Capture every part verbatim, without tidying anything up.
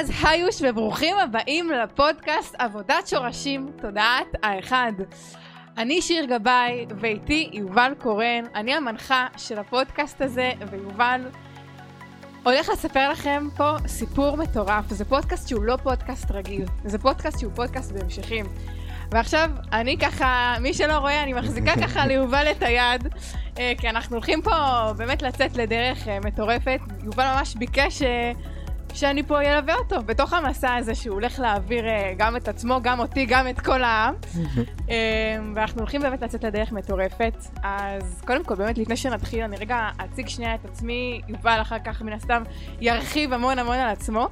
אז היוש וברוכים הבאים לפודקאסט עבודת שורשים תודעת האחד. אני שיר גבאי ואיתי יובל קורן, אני המנחה של הפודקאסט הזה, ויובל הולך לספר לכם פה סיפור מטורף. זה פודקאסט שהוא לא פודקאסט רגיל, זה פודקאסט שהוא פודקאסט בהמשכים. ועכשיו אני ככה, מי שלא רואה, אני מחזיקה ככה ליובל את היד, כי אנחנו הולכים פה באמת לצאת לדרך מטורפת. יובל ממש ביקש שאני פה ילווה אותו בתוך המסע הזה שהוא הולך להעביר גם את עצמו, גם אותי, גם את כל העם. ואנחנו הולכים באמת לצאת לדרך מטורפת. אז קודם כל, באמת לפני שנתחיל, אני רגע אציג שנייה את עצמי. יובל אחר כך מן הסתם ירחיב המון המון על עצמו.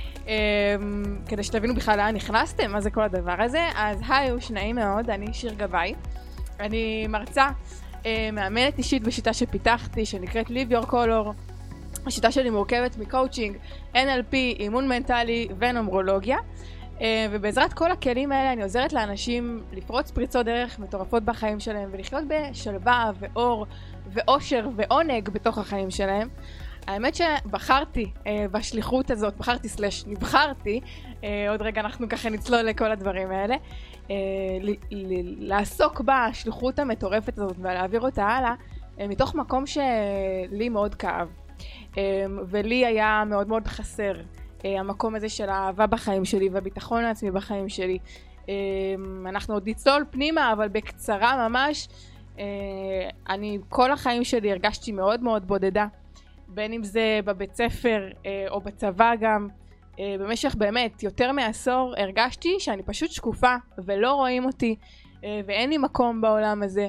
כדי שתבינו בכלל לאן נכנסתם, מה זה כל הדבר הזה. אז היי, הוא שנעים מאוד, אני שיר גבאי. אני מרצה, מאמנת אישית בשיטה שפיתחתי, שנקראת Live Your Color. השיטה שלי מורכבת מקואוצ'ינג, אן אל פי, אימון מנטלי ונומרולוגיה. ובעזרת כל הכלים האלה אני עוזרת לאנשים לפרוץ פריצות דרך מטורפות בחיים שלהם, ולחיות בשלווה ואור ואושר ועונג בתוך החיים שלהם. האמת שבחרתי אה, בשליחות הזאת, בחרתי סלש נבחרתי, אה, עוד רגע אנחנו ככה נצלול לכל הדברים האלה, אה, ל- ל- לעסוק בשליחות המטורפת הזאת ולהעביר אותה הלאה, אה, מתוך מקום שלי מאוד כאב, אה, ולי היה מאוד מאוד חסר, אה, המקום הזה של האהבה בחיים שלי והביטחון העצמי בחיים שלי. אה, אנחנו עוד נצלול פנימה, אבל בקצרה ממש, אה, אני כל החיים שלי הרגשתי מאוד מאוד בודדה, בין אם זה בבית ספר אה, או בצבא גם. אה, במשך באמת יותר מעשור הרגשתי שאני פשוט שקופה ולא רואים אותי, אה, ואין לי מקום בעולם הזה,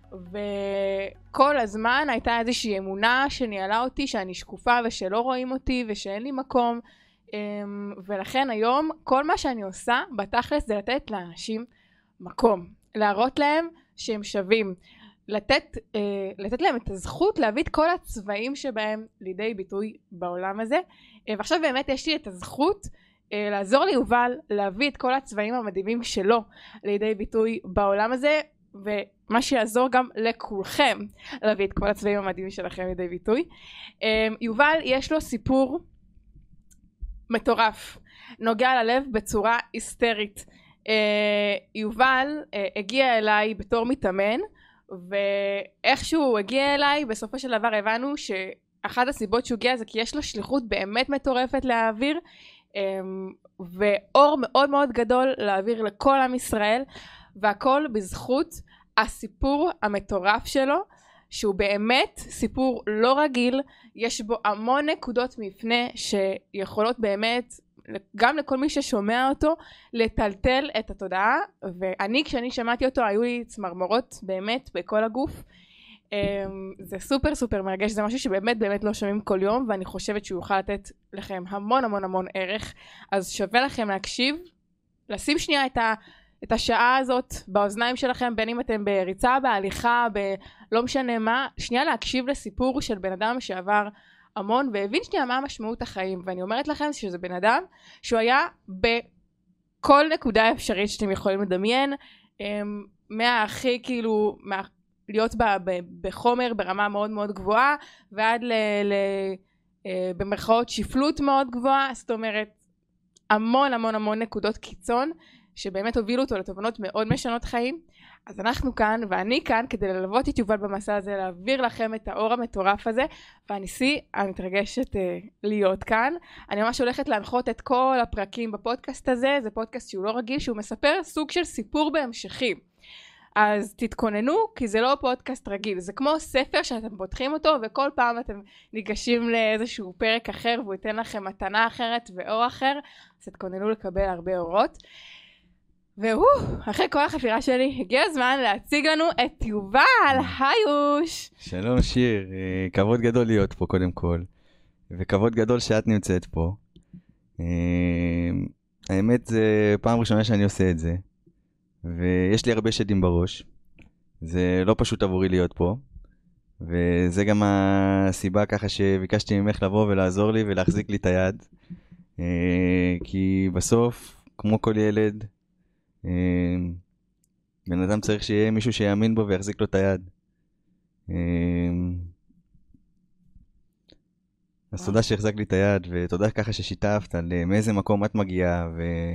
וכל הזמן הייתה איזושהי אמונה שניהלה אותי שאני שקופה ושלא רואים אותי ושאין לי מקום. אה, ולכן היום כל מה שאני עושה בתכלס זה לתת לאנשים מקום, להראות להם שהם שווים, לתת, אה, לתת להם את הזכות להביא את כל הצבעים שבהם לידי ביטוי בעולם הזה. אה, ועכשיו באמת יש לי את הזכות אה, לעזור ליובל להביא את כל הצבעים המדהימים שלו לידי ביטוי בעולם הזה, ומה שיעזור גם לכולכם להביא את כל הצבעים המדהימים שלכם לידי ביטוי. אה, יובל יש לו סיפור מטורף, נוגע ללב בצורה היסטרית. אה, יובל אה, הגיע אליי בתור מתאמן, ואיכשהו הגיע אליי, בסופו של דבר הבנו שאחת הסיבות שהוא הגיע זה כי יש לו שליחות באמת מטורפת להעביר, ואור מאוד מאוד גדול להעביר לכל עם ישראל, והכל בזכות הסיפור המטורף שלו, שהוא באמת סיפור לא רגיל. יש בו המון נקודות מפנה שיכולות באמת גם לכל מי ששומע אותו לטלטל את התודעה, ואני כשאני שמעתי אותו היו לי צמרמורות באמת בכל הגוף. זה סופר סופר מרגש, זה משהו שבאמת באמת לא שומעים כל יום, ואני חושבת שהוא יוכל לתת לכם המון המון המון ערך. אז שווה לכם להקשיב, לשים שנייה את, ה, את השעה הזאת באוזניים שלכם, בין אם אתם בריצה, בהליכה, ב, לא משנה מה, שנייה להקשיב לסיפור של בן אדם שעבר המון והבין שנייה מה המשמעות החיים. ואני אומרת לכם שזה בן אדם שהוא היה בכל נקודה אפשרית שאתם יכולים לדמיין, מהכי כאילו מה, להיות ב, ב, בחומר ברמה מאוד מאוד גבוהה, ועד ל, ל, במרכאות שפלות מאוד גבוהה. זאת אומרת המון המון המון נקודות קיצון שבאמת הובילו אותו לתובנות מאוד משנות חיים. אז אנחנו כאן ואני כאן כדי ללוות את יובל במסע הזה, להעביר לכם את האור המטורף הזה, ואני סי, אני מתרגשת uh, להיות כאן. אני ממש הולכת להנחות את כל הפרקים בפודקאסט הזה. זה פודקאסט שהוא לא רגיל, שהוא מספר סוג של סיפור בהמשכים. אז תתכוננו, כי זה לא פודקאסט רגיל, זה כמו ספר שאתם פותחים אותו וכל פעם אתם ניגשים לאיזשהו פרק אחר והוא ייתן לכם מתנה אחרת ואור אחר, אז תתכוננו לקבל הרבה אורות. והוא, אחרי כל החפירה שלי, הגיע הזמן להציג לנו את יובל. היוש. שלום שיר, כבוד גדול להיות פה קודם כל, וכבוד גדול שאת נמצאת פה. האמת זה פעם ראשונה שאני עושה את זה, ויש לי הרבה שדים בראש. זה לא פשוט עבורי להיות פה, וזה גם הסיבה ככה שביקשתי ממך לבוא ולעזור לי ולהחזיק לי את היד. כי בסוף, כמו כל ילד, בן אדם צריך שיהיה מישהו שיאמין בו ויחזיק לו את היד. אז תודה שהחזק לי את היד, ותודה ככה ששיתפת על מאיזה מקום את מגיעה,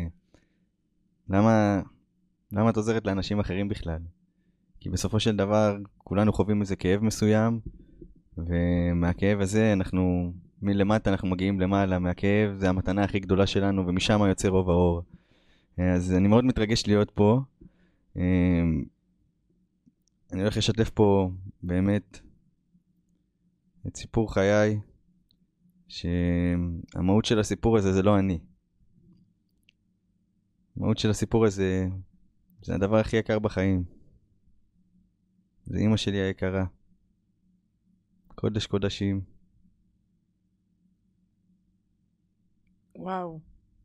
ולמה למה את עוזרת לאנשים אחרים בכלל. כי בסופו של דבר, כולנו חווים איזה כאב מסוים, ומהכאב הזה אנחנו, מלמטה אנחנו מגיעים למעלה, מהכאב זה המתנה הכי גדולה שלנו, ומשם יוצא רוב האור. אז אני מאוד מתרגש להיות פה. אני הולך לשתף פה באמת את סיפור חיי, שהמהות של הסיפור הזה זה לא אני. המהות של הסיפור הזה זה הדבר הכי יקר בחיים. זה אמא שלי היקרה. קודש קודשים. וואו.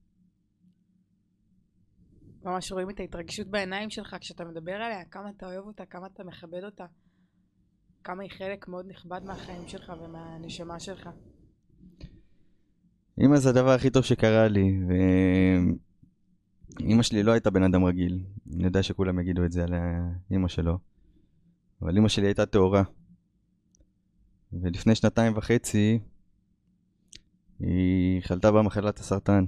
ממש רואים את ההתרגשות בעיניים שלך כשאתה מדבר עליה, כמה אתה אוהב אותה, כמה אתה מכבד אותה. כמה היא חלק מאוד נכבד מהחיים שלך ומהנשמה שלך. אמא זה הדבר הכי טוב שקרה לי, ואמא שלי לא הייתה בן אדם רגיל. אני יודע שכולם יגידו את זה על אמא שלו. אבל אמא שלי הייתה תאורה. ולפני שנתיים וחצי היא חלתה במחלת הסרטן.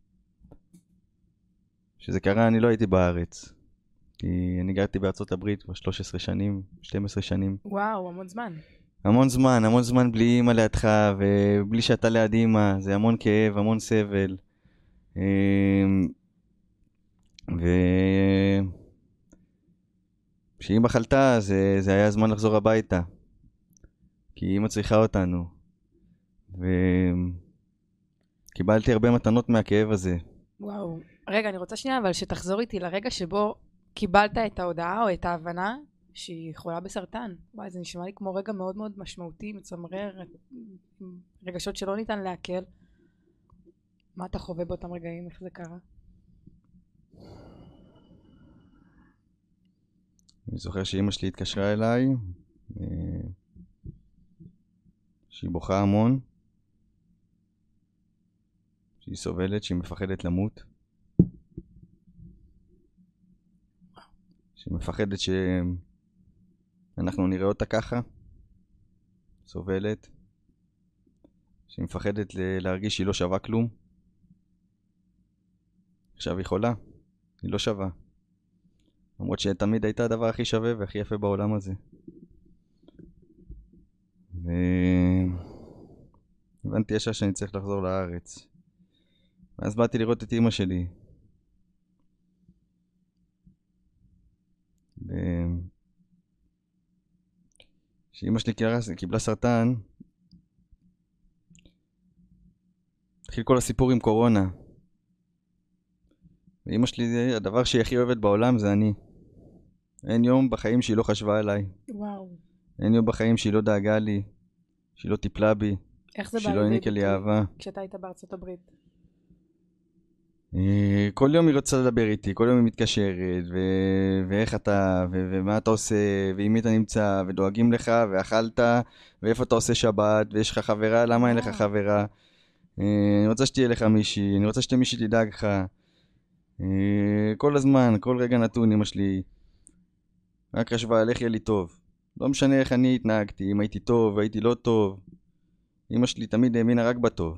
כשזה קרה אני לא הייתי בארץ. כי אני גרתי בארצות הברית כבר שלוש עשרה שנים, שתים עשרה שנים. וואו, המון זמן. המון זמן, המון זמן בלי אמא לידך, ובלי שאתה ליד אמא, זה המון כאב, המון סבל. ו... כשאמא חלתה, זה, זה היה זמן לחזור הביתה. כי אמא צריכה אותנו. וקיבלתי הרבה מתנות מהכאב הזה. וואו. רגע, אני רוצה שנייה, אבל שתחזור איתי לרגע שבו קיבלת את ההודעה או את ההבנה שהיא חולה בסרטן. וואי, זה נשמע לי כמו רגע מאוד מאוד משמעותי, מצמרר, רגשות שלא ניתן להקל. מה אתה חווה באותם רגעים? איך זה קרה? אני זוכר שאמא שלי התקשרה אליי, שהיא בוכה המון, שהיא סובלת, שהיא מפחדת למות, שהיא מפחדת שאנחנו נראה אותה ככה, סובלת, שהיא מפחדת להרגיש שהיא לא שווה כלום. עכשיו היא חולה, היא לא שווה. למרות שתמיד הייתה הדבר הכי שווה והכי יפה בעולם הזה. והבנתי ישר שאני צריך לחזור לארץ. ואז באתי לראות את אמא שלי. כשאמא שלי קיבלה סרטן, התחיל כל הסיפור עם קורונה. ואמא שלי, הדבר שהיא הכי אוהבת בעולם זה אני. אין יום בחיים שהיא לא חשבה עליי. וואו. אין יום בחיים שהיא לא דאגה לי, שהיא לא טיפלה בי, איך זה שהיא לא העניקה לי אהבה. כשאתה היית בארצות הברית? כל יום היא רוצה לדבר איתי, כל יום היא מתקשרת, ו- ואיך אתה, ו- ומה אתה עושה, ועם מי אתה נמצא, ודואגים לך, ואכלת, ואיפה אתה עושה שבת, ויש לך חברה, למה אין לך חברה. אני רוצה שתהיה לך מישהי, אני רוצה שתהיה מישהי תדאג לך. כל הזמן, כל רגע נתון, אמא שלי רק חשבה על איך יהיה לי טוב. לא משנה איך אני התנהגתי, אם הייתי טוב, הייתי לא טוב. אמא שלי תמיד האמינה רק בטוב.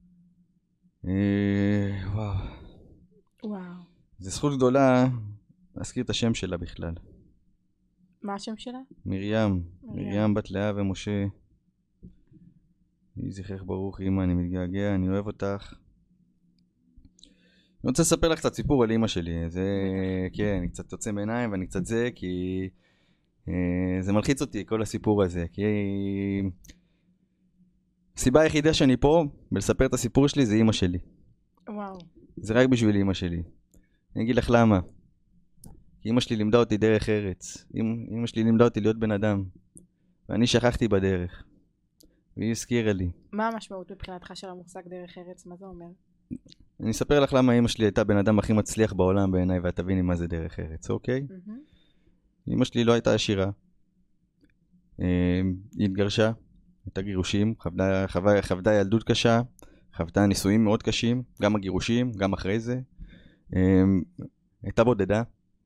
וואו. וואו. זו זכות גדולה להזכיר את השם שלה בכלל. מה השם שלה? מרים. מרים בת לאה ומשה. יהי זכרך ברוך אמא, אני מתגעגע, אני אוהב אותך. אני רוצה לספר לך קצת סיפור על אמא שלי. זה, כן, אני קצת יוצא מעיניים ואני קצת זה, כי אה, זה מלחיץ אותי כל הסיפור הזה. כי הסיבה היחידה שאני פה בלספר את הסיפור שלי זה אמא שלי. וואו. זה רק בשביל אמא שלי. אני אגיד לך למה. כי אמא שלי לימדה אותי דרך ארץ. אמא שלי לימדה אותי להיות בן אדם. ואני שכחתי בדרך. והיא הזכירה לי. מה המשמעות מבחינתך של המושג דרך ארץ? מה זה אומר? אני אספר לך למה אמא שלי הייתה בן אדם הכי מצליח בעולם בעיניי, ואת תביני מה זה דרך ארץ, אוקיי? Mm-hmm. אמא שלי לא הייתה עשירה. היא התגרשה, הייתה גירושים, חוותה, חוותה, חוותה ילדות קשה, חוותה נישואים מאוד קשים, גם הגירושים, גם אחרי זה. הייתה בודדה,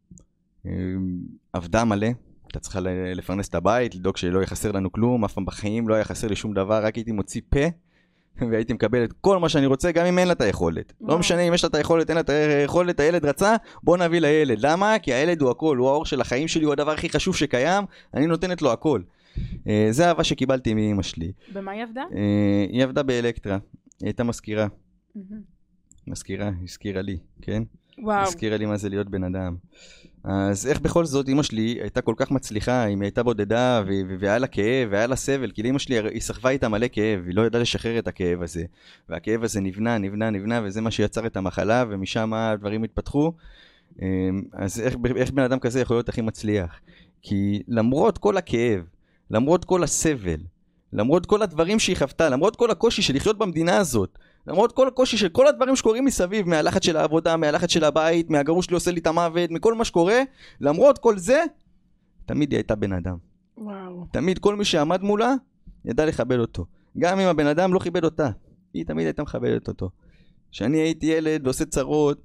עבדה מלא, הייתה צריכה לפרנס את הבית, לדאוג שלא יחסר לנו כלום, אף פעם בחיים לא היה חסר לי שום דבר, רק הייתי מוציא פה, והייתי מקבל את כל מה שאני רוצה, גם אם אין לה את היכולת. לא משנה אם יש לה את היכולת, אין לה את היכולת, הילד רצה, בוא נביא לילד. למה? כי הילד הוא הכל, הוא האור של החיים שלי, הוא הדבר הכי חשוב שקיים, אני נותנת לו הכל. זה אהבה שקיבלתי מאמא שלי. במה היא עבדה? היא עבדה באלקטרה, היא הייתה מזכירה. מזכירה, הזכירה לי, כן? וואו. הזכירה לי מה זה להיות בן אדם. אז איך בכל זאת אמא שלי הייתה כל כך מצליחה, אם היא הייתה בודדה והיה לה כאב והיה לה סבל, כי לאמא שלי היא סחבה איתה מלא כאב, היא לא ידעה לשחרר את הכאב הזה, והכאב הזה נבנה, נבנה, נבנה, וזה מה שיצר את המחלה, ומשם הדברים התפתחו. אז איך, איך בן אדם כזה יכול להיות הכי מצליח? כי למרות כל הכאב, למרות כל הסבל, למרות כל הדברים שהיא חוותה, למרות כל הקושי של לחיות במדינה הזאת, למרות כל הקושי של כל הדברים שקורים מסביב, מהלחץ של העבודה, מהלחץ של הבית, מהגרוש שלי עושה לי את המוות, מכל מה שקורה, למרות כל זה, תמיד היא הייתה בן אדם. וואו. תמיד כל מי שעמד מולה, ידע לכבד אותו. גם אם הבן אדם לא כיבד אותה, היא תמיד הייתה מכבדת אותו. כשאני הייתי ילד ועושה צרות,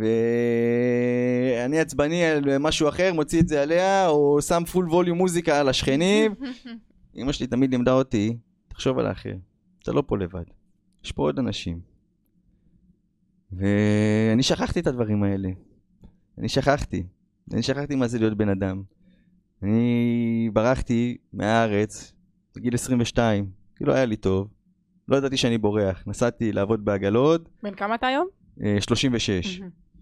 ואני עצבני על משהו אחר, מוציא את זה עליה, או שם פול ווליום מוזיקה על השכנים, אמא שלי תמיד לימדה אותי, תחשוב על האחר, אתה לא פה לבד. יש פה עוד אנשים. ואני שכחתי את הדברים האלה. אני שכחתי. אני שכחתי מה זה להיות בן אדם. אני ברחתי מהארץ בגיל עשרים ושתיים. כי לא היה לי טוב. לא ידעתי שאני בורח. נסעתי לעבוד בעגלות. בן כמה אתה היום? שלושים ושש.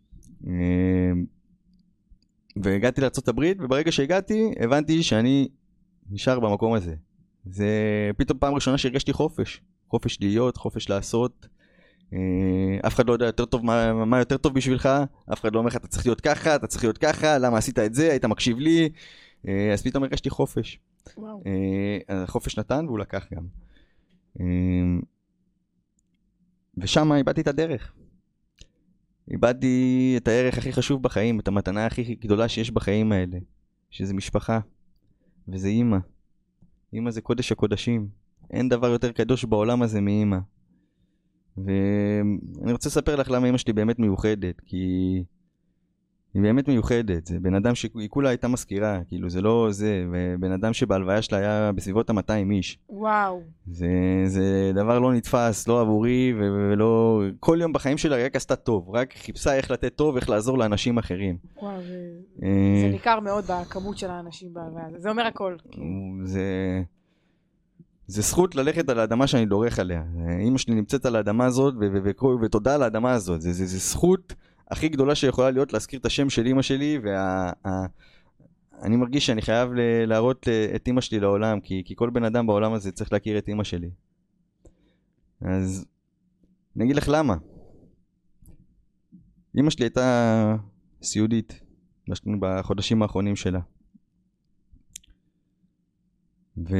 והגעתי לארצות הברית, וברגע שהגעתי, הבנתי שאני נשאר במקום הזה. זה פתאום פעם ראשונה שהרגשתי חופש. חופש להיות, חופש לעשות. אף אחד לא יודע יותר טוב מה, מה יותר טוב בשבילך. אף אחד לא אומר לך, אתה צריך להיות ככה, אתה צריך להיות ככה, למה עשית את זה, היית מקשיב לי. אז פתאום הרגשתי חופש. וואו. החופש נתן והוא לקח גם. ושם איבדתי את הדרך. איבדתי את הערך הכי חשוב בחיים, את המתנה הכי גדולה שיש בחיים האלה. שזה משפחה. וזה אימא. אימא זה קודש הקודשים. אין דבר יותר קדוש בעולם הזה מאמא. ואני רוצה לספר לך למה אמא שלי באמת מיוחדת, כי היא באמת מיוחדת. זה בן אדם שהיא כולה הייתה מזכירה, כאילו זה לא זה, ובן אדם שבהלוויה שלה היה בסביבות ה-מאתיים איש. וואו. זה, זה דבר לא נתפס, לא עבורי, ולא... כל יום בחיים שלה רק עשתה טוב, רק חיפשה איך לתת טוב, איך לעזור לאנשים אחרים. וואו, זה, זה ניכר מאוד בכמות של האנשים בהלוויה, זה אומר הכל. זה... זה זכות ללכת על האדמה שאני דורך עליה. אמא שלי נמצאת על האדמה הזאת, ותודה על האדמה הזאת. זה, זה, זה זכות הכי גדולה שיכולה להיות להזכיר את השם של אמא שלי, ואני מרגיש שאני חייב להראות את אמא שלי לעולם, כי, כי כל בן אדם בעולם הזה צריך להכיר את אמא שלי. אז אני אגיד לך למה. אמא שלי הייתה סיעודית בחודשים האחרונים שלה. ו...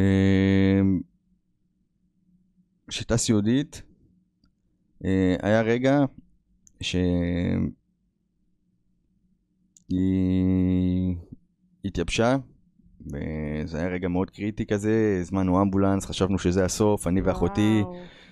שהייתה סיעודית, היה רגע שהיא התייבשה, וזה היה רגע מאוד קריטי כזה, הזמנו אמבולנס, חשבנו שזה הסוף, אני ואחותי,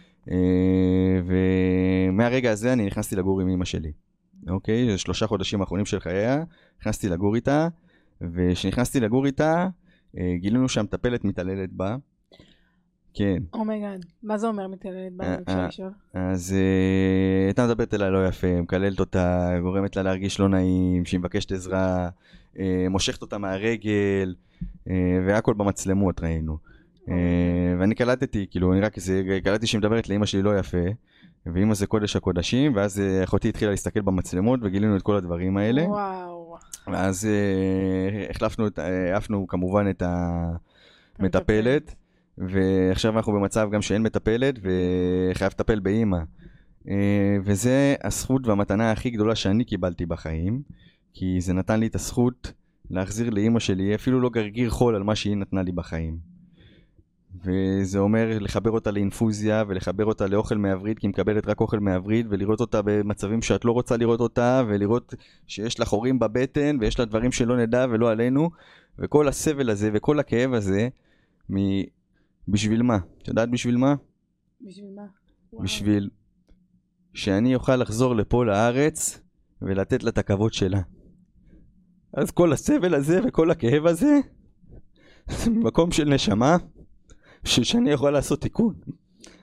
ומהרגע הזה אני נכנסתי לגור עם אמא שלי. אוקיי, שלושה חודשים האחרונים של חייה, נכנסתי לגור איתה, וכשנכנסתי לגור איתה, גילינו שהמטפלת מתעללת בה. כן. אומייגאד, מה זה אומר מתעללת בה? אז הייתה מדברת אליי לא יפה, מקללת אותה, גורמת לה להרגיש לא נעים, שהיא מבקשת עזרה, מושכת אותה מהרגל, והכל במצלמות ראינו. ואני קלטתי, כאילו, אני רק קלטתי שהיא מדברת לאמא שלי לא יפה, ואמא זה קודש הקודשים, ואז אחותי התחילה להסתכל במצלמות, וגילינו את כל הדברים האלה. וואו. ואז החלפנו, העפנו כמובן את המטפלת, ועכשיו אנחנו במצב גם שאין מטפלת, וחייב לטפל באמא. וזה הזכות והמתנה הכי גדולה שאני קיבלתי בחיים, כי זה נתן לי את הזכות להחזיר לאמא שלי, אפילו לא גרגיר חול על מה שהיא נתנה לי בחיים. וזה אומר לחבר אותה לאינפוזיה, ולחבר אותה לאוכל מהווריד, כי היא מקבלת רק אוכל מהווריד, ולראות אותה במצבים שאת לא רוצה לראות אותה, ולראות שיש לה חורים בבטן, ויש לה דברים שלא נדע ולא עלינו, וכל הסבל הזה וכל הכאב הזה, מ... בשביל מה? את יודעת בשביל מה? בשביל מה? בשביל שאני אוכל לחזור לפה לארץ, ולתת לה את הכבוד שלה. אז כל הסבל הזה וכל הכאב הזה, זה מקום של נשמה, שאני יכול לעשות תיקון.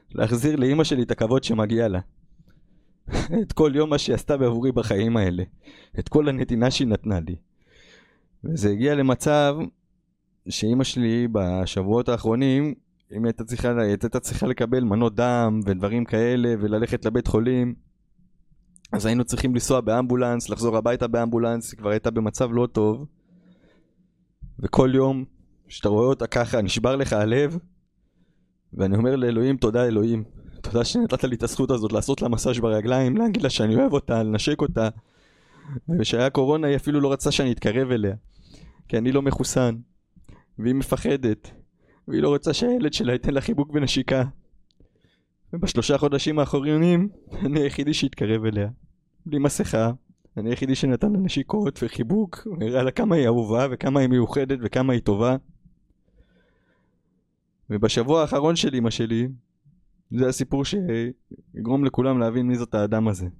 להחזיר לאמא שלי את הכבוד שמגיע לה. את כל יום מה שהיא עשתה בעבורי בחיים האלה. את כל הנתינה שהיא נתנה לי. וזה הגיע למצב שאמא שלי בשבועות האחרונים, אם הייתה צריכה, הייתה צריכה לקבל מנות דם ודברים כאלה וללכת לבית חולים, אז היינו צריכים לנסוע באמבולנס, לחזור הביתה באמבולנס, היא כבר הייתה במצב לא טוב. וכל יום שאתה רואה אותה ככה, נשבר לך הלב, ואני אומר לאלוהים, תודה אלוהים. תודה שנתת לי את הזכות הזאת לעשות לה מסאז' ברגליים, להגיד לה שאני אוהב אותה, לנשק אותה. ושהיה קורונה היא אפילו לא רצה שאני אתקרב אליה, כי אני לא מחוסן, והיא מפחדת, והיא לא רוצה שהילד שלה ייתן לה חיבוק ונשיקה. ובשלושה חודשים האחרונים אני היחידי שהתקרב אליה, בלי מסכה. אני היחידי שנתן לה נשיקות וחיבוק, והראה לה כמה היא אהובה וכמה היא מיוחדת וכמה היא טובה. ובשבוע האחרון של אמא שלי, זה הסיפור שיגרום לכולם להבין מי זאת האדם הזה.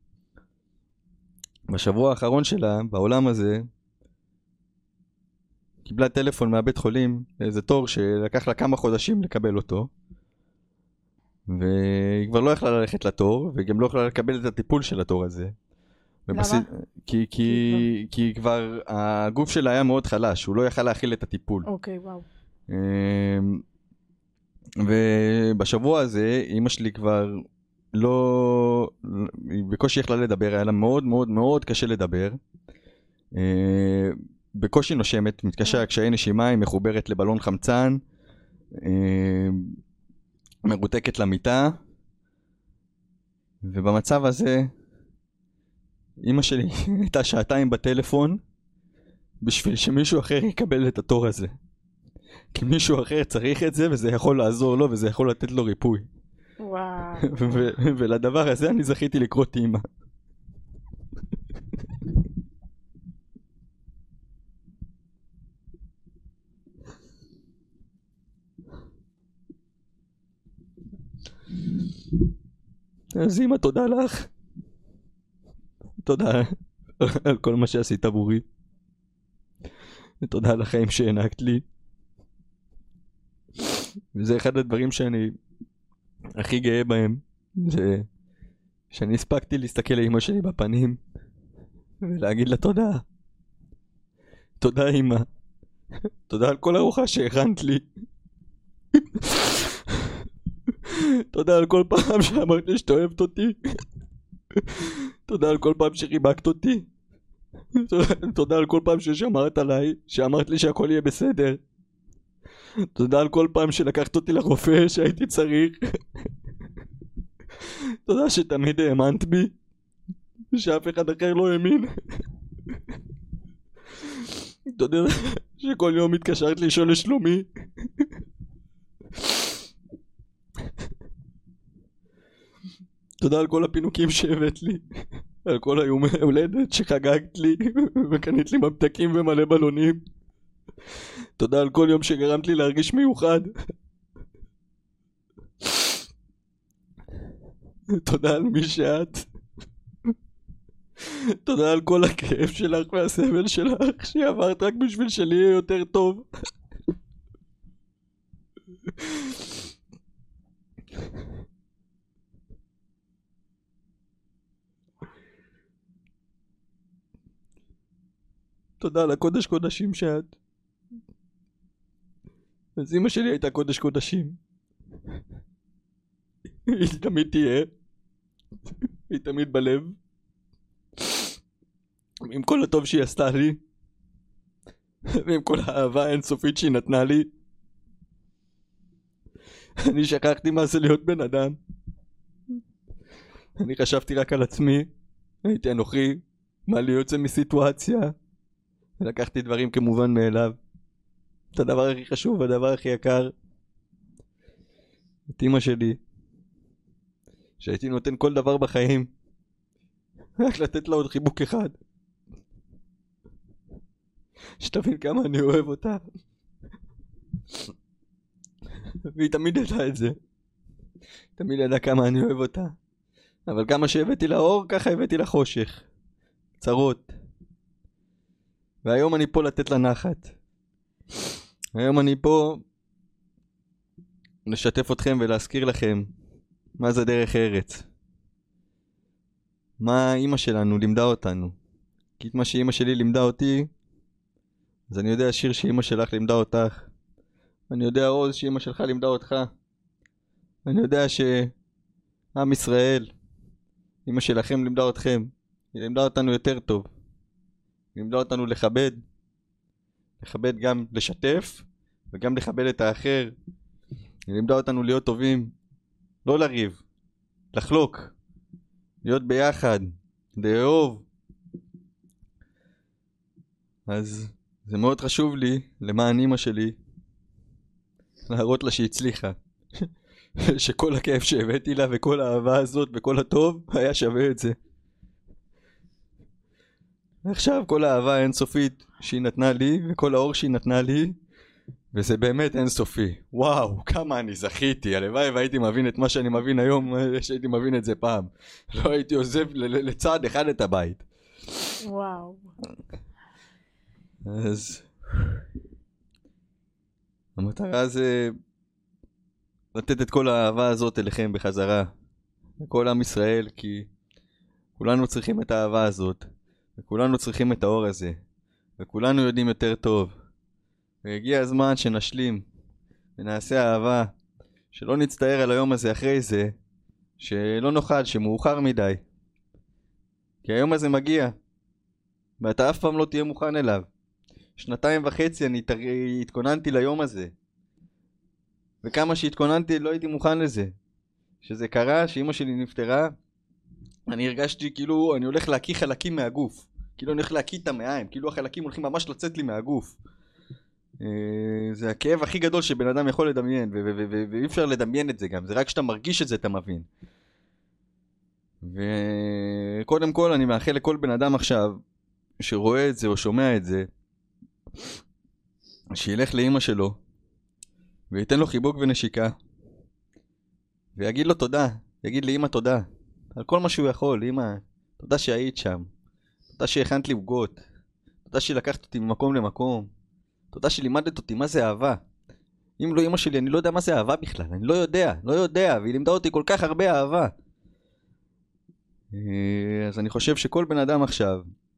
בשבוע האחרון שלה, בעולם הזה, קיבלה טלפון מהבית חולים, איזה תור שלקח לה כמה חודשים לקבל אותו, והיא כבר לא יכלה ללכת לתור, וגם לא יכלה לקבל את הטיפול של התור הזה. ובס... למה? כי, כי, כי כבר הגוף שלה היה מאוד חלש, הוא לא יכל להכיל את הטיפול. אוקיי, וואו. ובשבוע הזה, אמא שלי כבר לא, בקושי יכלה לדבר, היה לה מאוד מאוד מאוד קשה לדבר. בקושי נושמת, מתקשה קשיי נשימה, היא מחוברת לבלון חמצן, מרותקת למיטה, ובמצב הזה, אמא שלי הייתה שעתיים בטלפון, בשביל שמישהו אחר יקבל את התור הזה. כי מישהו אחר צריך את זה, וזה יכול לעזור לו, וזה יכול לתת לו ריפוי. וואו. ולדבר הזה אני זכיתי לקרות אמא. אז אמא, תודה לך. תודה על כל מה שעשית עבורי. ותודה על החיים שהענקת לי. וזה אחד הדברים שאני הכי גאה בהם. זה שאני הספקתי להסתכל לאמא שלי בפנים ולהגיד לה תודה. תודה אמא. תודה על כל ארוחה שהכנת לי. תודה על כל פעם שאמרת לי שאתה אוהבת אותי. תודה על כל פעם שחיבקת אותי. תודה על כל פעם ששמרת עליי, שאמרת לי שהכל יהיה בסדר. תודה על כל פעם שלקחת אותי לרופא שהייתי צריך. תודה שתמיד האמנת בי, שאף אחד אחר לא האמין. תודה שכל יום התקשרת לשאול לשלומי. תודה על כל הפינוקים שהבאת לי, על כל היום הולדת שחגגת לי וקנית לי ממתקים ומלא בלונים. תודה על כל יום שגרמת לי להרגיש מיוחד. תודה על מי שאת. תודה על כל הכאב שלך והסבל שלך שעברת רק בשביל שלי יהיה יותר טוב. תודה על הקודש קודשים שאת. אז אמא שלי הייתה קודש קודשים. היא תמיד תהיה. היא תמיד בלב. עם כל הטוב שהיא עשתה לי. ועם כל האהבה האינסופית שהיא נתנה לי. אני שכחתי מה זה להיות בן אדם. אני חשבתי רק על עצמי. הייתי אנוכי. מה לי יוצא מסיטואציה. ולקחתי דברים כמובן מאליו. את הדבר הכי חשוב, הדבר הכי יקר. את אמא שלי. שהייתי נותן כל דבר בחיים. רק לתת לה עוד חיבוק אחד. שתבין כמה אני אוהב אותה. והיא תמיד ידעה את זה. תמיד ידעה כמה אני אוהב אותה. אבל כמה שהבאתי לאור, ככה הבאתי לחושך. צרות. והיום אני פה לתת לה נחת. היום אני פה לשתף אתכם ולהזכיר לכם מה זה דרך ארץ. מה אמא שלנו לימדה אותנו. כי את מה שאמא שלי לימדה אותי, אז אני יודע שיר שאמא שלך לימדה אותך. אני יודע עוז שאמא שלך לימדה אותך. אני יודע שעם ישראל, אמא שלכם לימדה אתכם. היא לימדה אותנו יותר טוב. היא לימדה אותנו לכבד. לכבד גם לשתף, וגם לכבד את האחר. היא לימדה אותנו להיות טובים. לא לריב. לחלוק. להיות ביחד. לאהוב. אז זה מאוד חשוב לי, למען אמא שלי, להראות לה שהיא הצליחה. שכל הכאב שהבאתי לה וכל האהבה הזאת וכל הטוב היה שווה את זה. עכשיו כל האהבה האינסופית שהיא נתנה לי וכל האור שהיא נתנה לי, וזה באמת אינסופי. וואו, כמה אני זכיתי. הלוואי והייתי מבין את מה שאני מבין היום, שהייתי מבין את זה פעם. לא הייתי עוזב לצד אחד את הבית. וואו. אז המטרה זה לתת את כל האהבה הזאת אליכם בחזרה, לכל עם ישראל, כי כולנו צריכים את האהבה הזאת, וכולנו צריכים את האור הזה, וכולנו יודעים יותר טוב. והגיע הזמן שנשלים ונעשה אהבה, שלא נצטער על היום הזה אחרי זה, שלא נוכל, שמאוחר מדי, כי היום הזה מגיע ואתה אף פעם לא תהיה מוכן אליו. שנתיים וחצי אני התכוננתי ליום הזה, וכמה שהתכוננתי לא הייתי מוכן לזה. שזה קרה, שאמא שלי נפטרה, אני הרגשתי כאילו אני הולך להקיא חלקים מהגוף, כאילו אני הולך להקיא את המעיים, כאילו החלקים הולכים ממש לצאת לי מהגוף. זה הכאב הכי גדול שבן אדם יכול לדמיין, ואי אפשר לדמיין את זה גם, זה רק כשאתה מרגיש את זה אתה מבין. וקודם כל אני מאחל לכל בן אדם עכשיו שרואה את זה או שומע את זה, שילך לאמא שלו וייתן לו חיבוק ונשיקה ויגיד לו תודה, יגיד לאמא תודה על כל מה שהוא יכול. אמא, תודה שהיית שם, תודה שהכנת לי עוגות, תודה שלקחת אותי ממקום למקום, תודה שלימדת אותי מה זה אהבה. אם לא אמא שלי אני לא יודע מה זה אהבה בכלל, אני לא יודע, לא יודע, והיא לימדה אותי כל כך הרבה אהבה. אז אני חושב שכל בן אדם עכשיו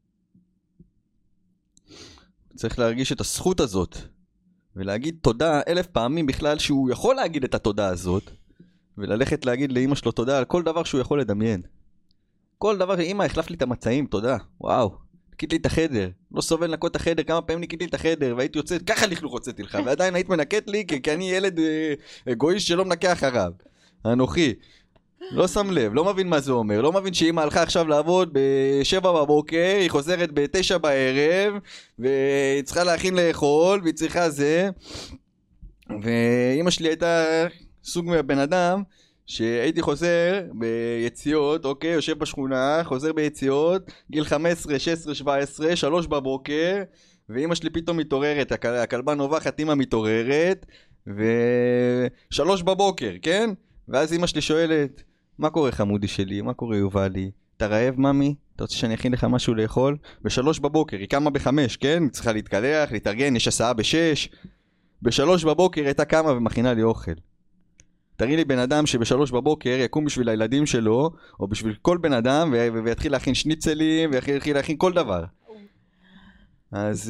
צריך להרגיש את הזכות הזאת ולהגיד תודה אלף פעמים בכלל שהוא יכול להגיד את התודה הזאת, וללכת להגיד לאמא שלו תודה על כל דבר שהוא יכול לדמיין. כל דבר, אמא החלף לי את המצעים, תודה, וואו, נקית לי את החדר, לא סובל לנקות את החדר, כמה פעמים נקית לי את החדר והייתי יוצאת, ככה לכלוך הוצאתי לך, ועדיין היית מנקת לי כי, כי אני ילד אה, אגואיסט שלא מנקה אחריו, אנוכי. לא שם לב, לא מבין מה זה אומר, לא מבין שאמא הלכה עכשיו לעבוד בשבע בבוקר, היא חוזרת בתשע בערב, והיא צריכה להכין לאכול, והיא צריכה זה, ואמא שלי הייתה סוג מהבן אדם, שהייתי חוזר ביציאות, אוקיי, יושב בשכונה, חוזר ביציאות, גיל חמש עשרה, שש עשרה, שבע עשרה, שלוש בבוקר, ואמא שלי פתאום מתעוררת, הכל, הכלבה נובחת, אמא מתעוררת, ושלוש בבוקר, כן? ואז אמא שלי שואלת, מה קורה חמודי שלי? מה קורה יובלי? אתה רעב ממי? אתה רוצה שאני אכין לך משהו לאכול? בשלוש בבוקר, היא קמה בחמש, כן? היא צריכה להתקלח, להתארגן, יש הסעה בשש. בשלוש בבוקר הייתה קמה ומכינה לי אוכל. תראי לי בן אדם שבשלוש בבוקר יקום בשביל הילדים שלו, או בשביל כל בן אדם, ו- ויתחיל להכין שניצלים, ויתחיל להכין כל דבר. אז...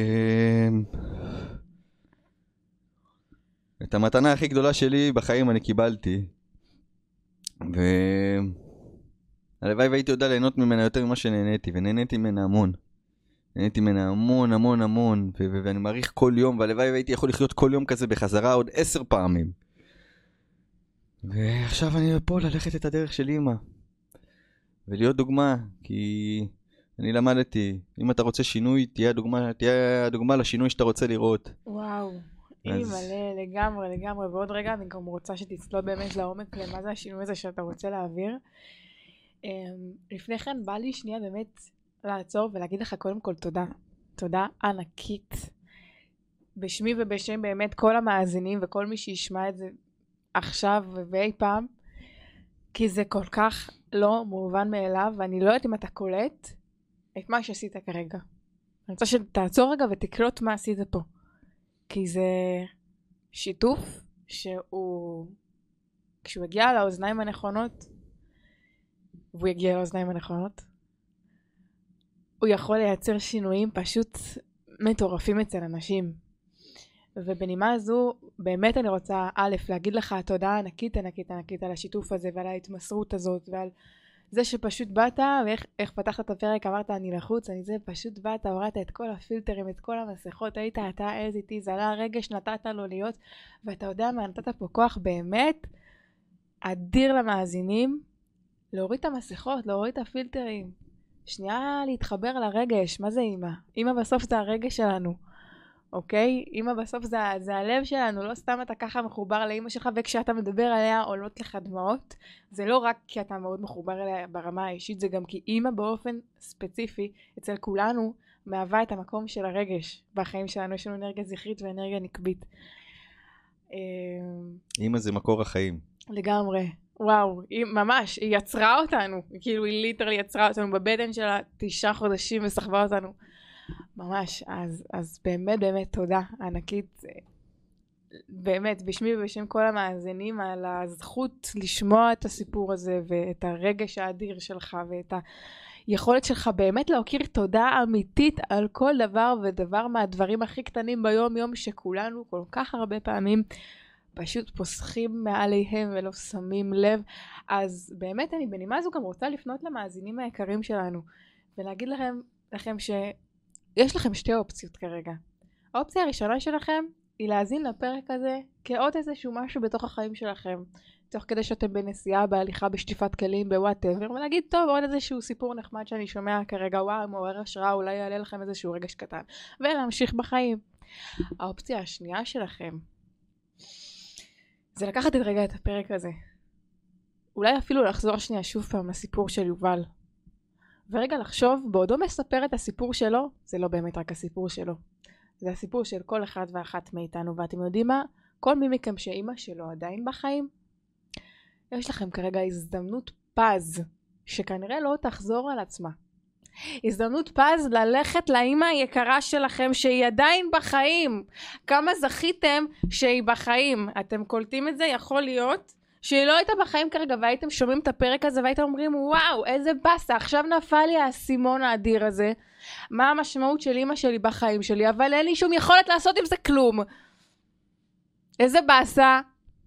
את המתנה הכי גדולה שלי בחיים אני קיבלתי. והלוואי והייתי יודע ליהנות ממנה יותר ממה שנהניתי, ונהניתי ממנה המון. נהניתי ממנה המון המון המון, ו- ו- ואני מעריך כל יום, והלוואי והייתי יכול לחיות כל יום כזה בחזרה עוד עשר פעמים. ועכשיו אני פה ללכת את הדרך של אמא. ולהיות דוגמה, כי אני למדתי, אם אתה רוצה שינוי, תהיה הדוגמה, תהיה הדוגמה לשינוי שאתה רוצה לראות. וואו. היא מלא לגמרי לגמרי, ועוד רגע אני גם רוצה שתצלול באמת לעומק למה זה השינוי הזה שאתה רוצה להעביר. לפני כן בא לי שנייה באמת לעצור ולהגיד לך קודם כל תודה, תודה ענקית בשמי ובשם באמת כל המאזינים וכל מי שישמע את זה עכשיו ואי פעם, כי זה כל כך לא מובן מאליו, ואני לא יודעת אם אתה קולט את מה שעשית כרגע. אני רוצה שתעצור רגע ותקלוט מה עשית פה, כי זה שיתוף שהוא כשהוא יגיע לאוזניים הנכונות, והוא יגיע לאוזניים הנכונות, הוא יכול לייצר שינויים פשוט מטורפים אצל אנשים. ובנימה הזו, באמת אני רוצה א', להגיד לך תודה ענקית ענקית ענקית על השיתוף הזה ועל ההתמסרות הזאת ועל זה שפשוט באת ואיך איך פתחת את הפרק, אמרת אני לחוץ, אני זה, פשוט באת, הורדת את כל הפילטרים, את כל המסכות, היית אתה as it is, עלה הרגש, נתת לו להיות, ואתה יודע מה, נתת פה כוח באמת אדיר למאזינים, להוריד את המסכות, להוריד את הפילטרים, שנייה להתחבר לרגש. מה זה אמא? אמא בסוף זה הרגש שלנו, אוקיי? אמא בסוף זה, זה הלב שלנו, לא סתם אתה ככה מחובר לאמא שלך, וכשאתה מדבר עליה עולות לך דמעות, זה לא רק כי אתה מאוד מחובר אליה ברמה האישית, זה גם כי אמא באופן ספציפי אצל כולנו מהווה את המקום של הרגש בחיים שלנו. יש לנו אנרגיה זכרית ואנרגיה נקבית. אמא זה מקור החיים. לגמרי. וואו, היא ממש, היא יצרה אותנו, כאילו היא ליטרלי יצרה אותנו בבטן שלה תשעה חודשים וסחבה אותנו. ממש, אז, אז באמת באמת תודה ענקית, באמת בשמי ובשם כל המאזינים על הזכות לשמוע את הסיפור הזה ואת הרגש האדיר שלך ואת היכולת שלך באמת להכיר תודה אמיתית על כל דבר ודבר מהדברים הכי קטנים ביום יום שכולנו כל כך הרבה פעמים פשוט פוסחים מעליהם ולא שמים לב. אז באמת אני בנימה זו גם רוצה לפנות למאזינים היקרים שלנו ולהגיד לכם, לכם שיש לכם שתי אופציות כרגע. האופציה הראשונה שלכם היא להאזין לפרק הזה כעוד איזשהו משהו בתוך החיים שלכם, תוך כדי שאתם בנסיעה, בהליכה, בשטיפת כלים, בוואטאבר, ולהגיד טוב עוד איזשהו סיפור נחמד שאני שומע כרגע, וואו מעורר השראה, אולי יעלה לכם איזשהו רגש קטן ולהמשיך בחיים. האופציה השנייה שלכם זה לקחת את רגע את הפרק הזה, אולי אפילו לחזור שנייה שוב פעם לסיפור של יובל, ורגע לחשוב בעודו מספר את הסיפור שלו, זה לא באמת רק הסיפור שלו, זה הסיפור של כל אחד ואחת מאיתנו. ואתם יודעים מה? כל מי מכם שאמא שלו עדיין בחיים, יש לכם כרגע הזדמנות פז שכנראה לא תחזור על עצמה. הזדמנות פז ללכת לאמא היקרה שלכם שהיא עדיין בחיים. כמה זכיתם שהיא בחיים. אתם קולטים את זה? יכול להיות שהיא לא הייתה בחיים כרגע והייתם שומעים את הפרק הזה והייתם אומרים וואו איזה בסה, עכשיו נפל לי האסימון האדיר הזה, מה המשמעות של אמא שלי בחיים שלי, אבל אין לי שום יכולת לעשות עם זה כלום, איזה בסה.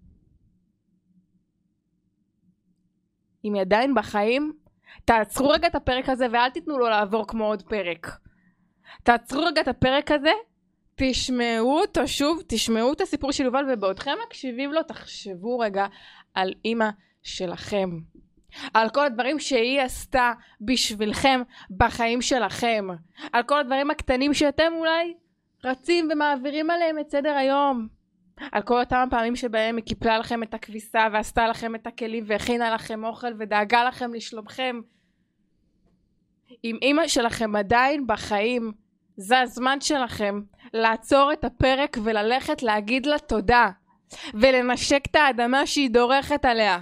אם היא עדיין בחיים, תעצרו רגע את הפרק הזה ואל תיתנו לו לעבור כמו עוד פרק. תעצרו רגע את הפרק הזה, תשמעו אותו שוב, תשמעו את הסיפור של יובל, ובעודכם מקשיבים לו תחשבו רגע על אמא שלכם, על כל הדברים שהיא עשתה בשבילכם בחיים שלכם, על כל הדברים הקטנים שאתם אולי רצים ומעבירים עליהם את סדר היום, על כל אותם הפעמים שבהם היא קיפלה לכם את הכביסה ועשתה לכם את הכלים והכינה לכם אוכל ודאגה לכם לשלומכם. אם אמא שלכם עדיין בחיים, זה הזמן שלכם לעצור את הפרק וללכת להגיד לה תודה ולנשק את האדמה שהיא דורכת עליה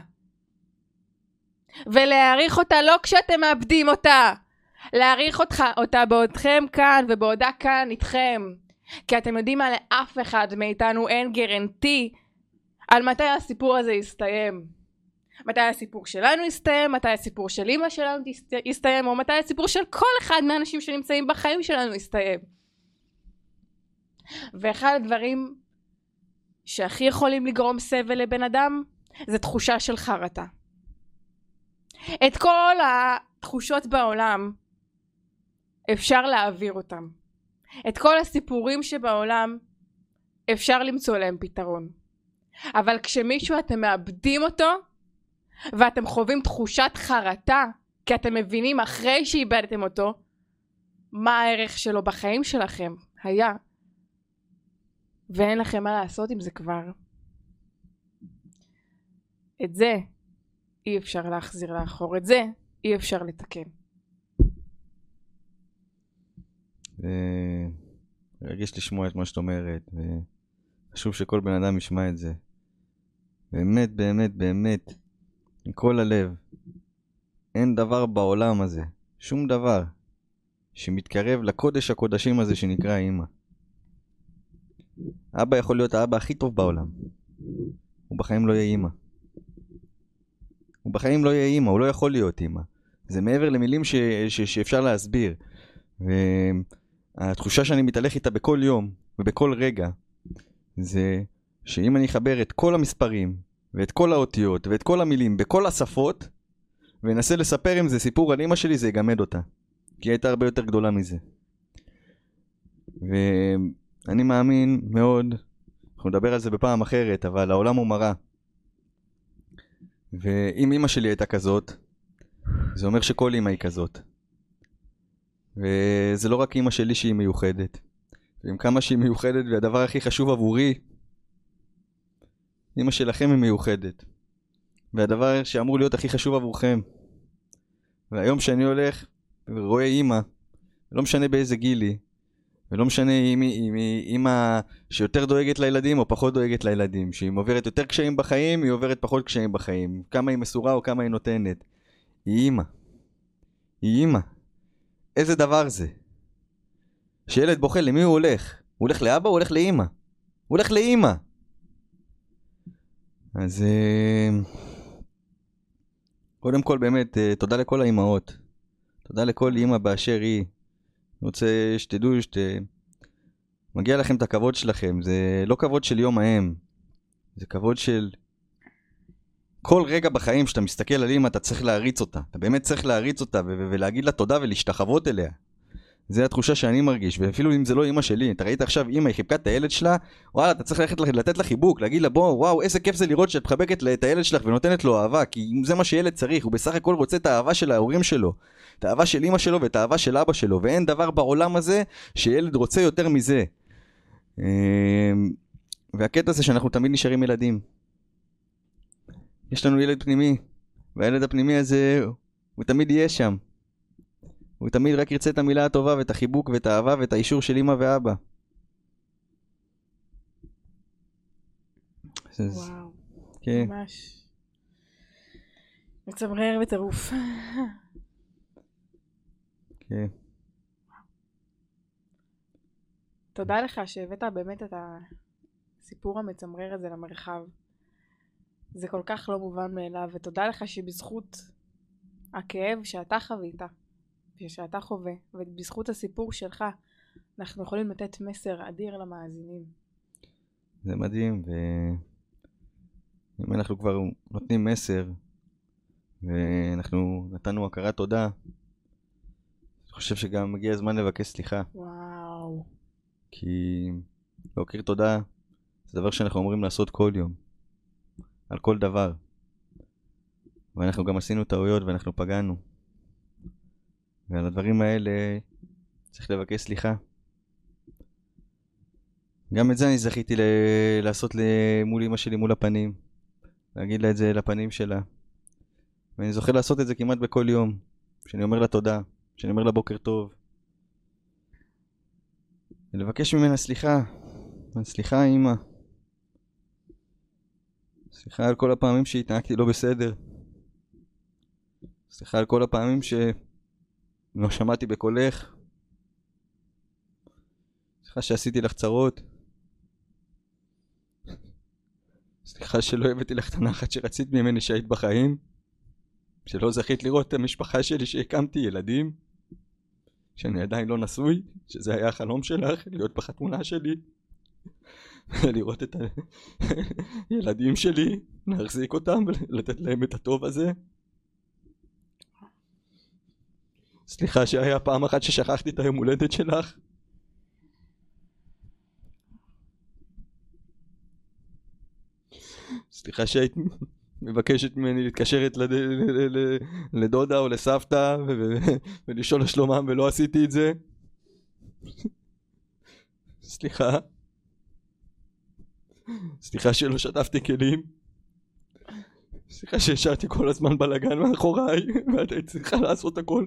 ולהעריך אותה, לא כשאתם מאבדים אותה, להעריך אותך, אותה בעודכם כאן ובעודה כאן איתכם, כי אתם יודעים מה, לאף אחד מאיתנו אין גרנטי על מתי הסיפור הזה יסתיים, מתי הסיפור שלנו יסתיים, מתי הסיפור של אמא שלנו יסתיים, או מתי הסיפור של כל אחד מהאנשים שנמצאים בחיים שלנו יסתיים. ואחד הדברים שהכי יכולים לגרום סבל לבן אדם זה תחושה של חרטה. את כל התחושות בעולם אפשר להעביר אותם, את כל הסיפורים שבעולם אפשר למצוא להם פתרון, אבל כשמישהו אתם מאבדים אותו ואתם חווים תחושת חרטה כי אתם מבינים אחרי שאיבדתם אותו מה הערך שלו בחיים שלכם היה, ואין לכם מה לעשות עם זה כבר, את זה אי אפשר להחזיר לאחור, את זה אי אפשר לתקן. רגיש לשמוע את מה שאת אומרת, וחשוב שכל בן אדם ישמע את זה. באמת באמת באמת מכל הלב, אין דבר בעולם הזה, שום דבר שמתקרב לקודש הקודשים הזה שנקרא אמא. אבא יכול להיות האבא הכי טוב בעולם, הוא בחיים לא יהיה אמא. הוא בחיים לא יהיה אימא, הוא לא יכול להיות אימא. זה מעבר למילים ש, ש, שאפשר להסביר. והתחושה שאני מתהלך איתה בכל יום ובכל רגע, זה שאם אני אחבר את כל המספרים ואת כל האותיות ואת כל המילים בכל השפות, ואנסה לספר אם זה סיפור על אמא שלי, זה יגמד אותה. כי היא הייתה הרבה יותר גדולה מזה. ואני מאמין מאוד, אנחנו נדבר על זה בפעם אחרת, אבל העולם הוא מראה. ואם אמא שלי הייתה כזאת, זה אומר שכל אמא היא כזאת. וזה לא רק אמא שלי שהיא מיוחדת. ועם כמה שהיא מיוחדת, והדבר הכי חשוב עבורי, אמא שלכם היא מיוחדת. והדבר שאמור להיות הכי חשוב עבורכם. והיום שאני הולך ורואה אמא, לא משנה באיזה גיל היא, ולא משנה אם היא אמא שיותר דואגת לילדים או פחות דואגת לילדים, שהיא עוברת יותר קשיים בחיים, היא עוברת פחות קשיים בחיים, כמה היא מסורה או כמה היא נותנת. היא אמא. היא אמא. איזה דבר זה? שילד בוכה, למי הוא הולך? הוא הולך לאבא או הוא הולך לאמא? הוא הולך לאמא. אז קודם כל באמת, תודה לכל האמהות. תודה לכל אמא באשר היא. אני רוצה שתדעו שת... מגיע לכם את הכבוד שלכם. זה לא כבוד של יום האם. זה כבוד של... כל רגע בחיים שאתה מסתכל על אמא, אתה צריך להריץ אותה. אתה באמת צריך להריץ אותה ו- ולהגיד לה תודה ולהשתחוות אליה. זה התחושה שאני מרגיש. ואפילו אם זה לא אמא שלי, אתה ראית עכשיו אמא, היא חיבקה את הילד שלה, וואלה, אתה צריך ללכת, לתת לה חיבוק, להגיד לה בוא, וואו, איזה כיף זה לראות שאת מחבקת את הילד שלך ונותנת לו אהבה, כי זה מה שילד צריך, הוא בסך הכל רוצה את האהבה של ההורים שלו, את האהבה של אמא שלו ואת האהבה של אבא שלו, ואין דבר בעולם הזה שילד רוצה יותר מזה. והקטע זה שאנחנו תמיד נשארים ילדים. יש לנו ילד פנימי, והילד הפנימי הזה, הוא תמיד יהיה שם. הוא תמיד רק ירצה את המילה הטובה ואת החיבוק ואת האהבה ואת האישור של אמא ואבא. וואו, ממש מצמרר וטירוף. כן. תודה לך שהבאת באמת את הסיפור המצמרר הזה למרחב. זה כל כך לא מובן מאליו, ותודה לך שבזכות הכאב שאתה חווית, ושאתה חווה, ובזכות הסיפור שלך, אנחנו יכולים לתת מסר אדיר למאזינים. זה מדהים, ואם אנחנו כבר נותנים מסר, ואנחנו נתנו הכרת תודה, אני חושב שגם מגיע הזמן לבקש סליחה. וואו. כי להכיר תודה, זה דבר שאנחנו אומרים לעשות כל יום. על כל דבר. ואנחנו גם עשינו טעויות ואנחנו פגענו. ועל הדברים האלה צריך לבקש סליחה. גם את זה אני זכיתי ל- לעשות מול אמא שלי, מול הפנים. להגיד לה את זה לפנים שלה. ואני זוכר לעשות את זה כמעט בכל יום. שאני אומר לה תודה. שאני אומר לה בוקר טוב. ולבקש ממנה סליחה. סליחה אמא. סליחה על כל הפעמים שהתנהגתי לא בסדר. סליחה על כל הפעמים שלא שמעתי בקולך. סליחה שעשיתי לך צרות. סליחה שלא הבאתי לך את הנחת שרצית ממני שהיית בחיים. שלא זכית לראות את המשפחה שלי שהקמתי, ילדים. שאני עדיין לא נשוי, שזה היה החלום שלך, להיות בחתונה שלי. לראות את הילדים שלי, להחזיק אותם ולתת להם את הטוב הזה. סליחה שהיה פעם אחת ששכחתי את היום הולדת שלך. סליחה שהיית מבקשת ממני להתקשרת לדודה או לסבתא ולשאול לשלומם ולא עשיתי את זה. סליחה. סליחה שלא שטפתי כלים. סליחה שהשארתי כל הזמן בלגן מאחוריי ואת היית צריכה לעשות הכל.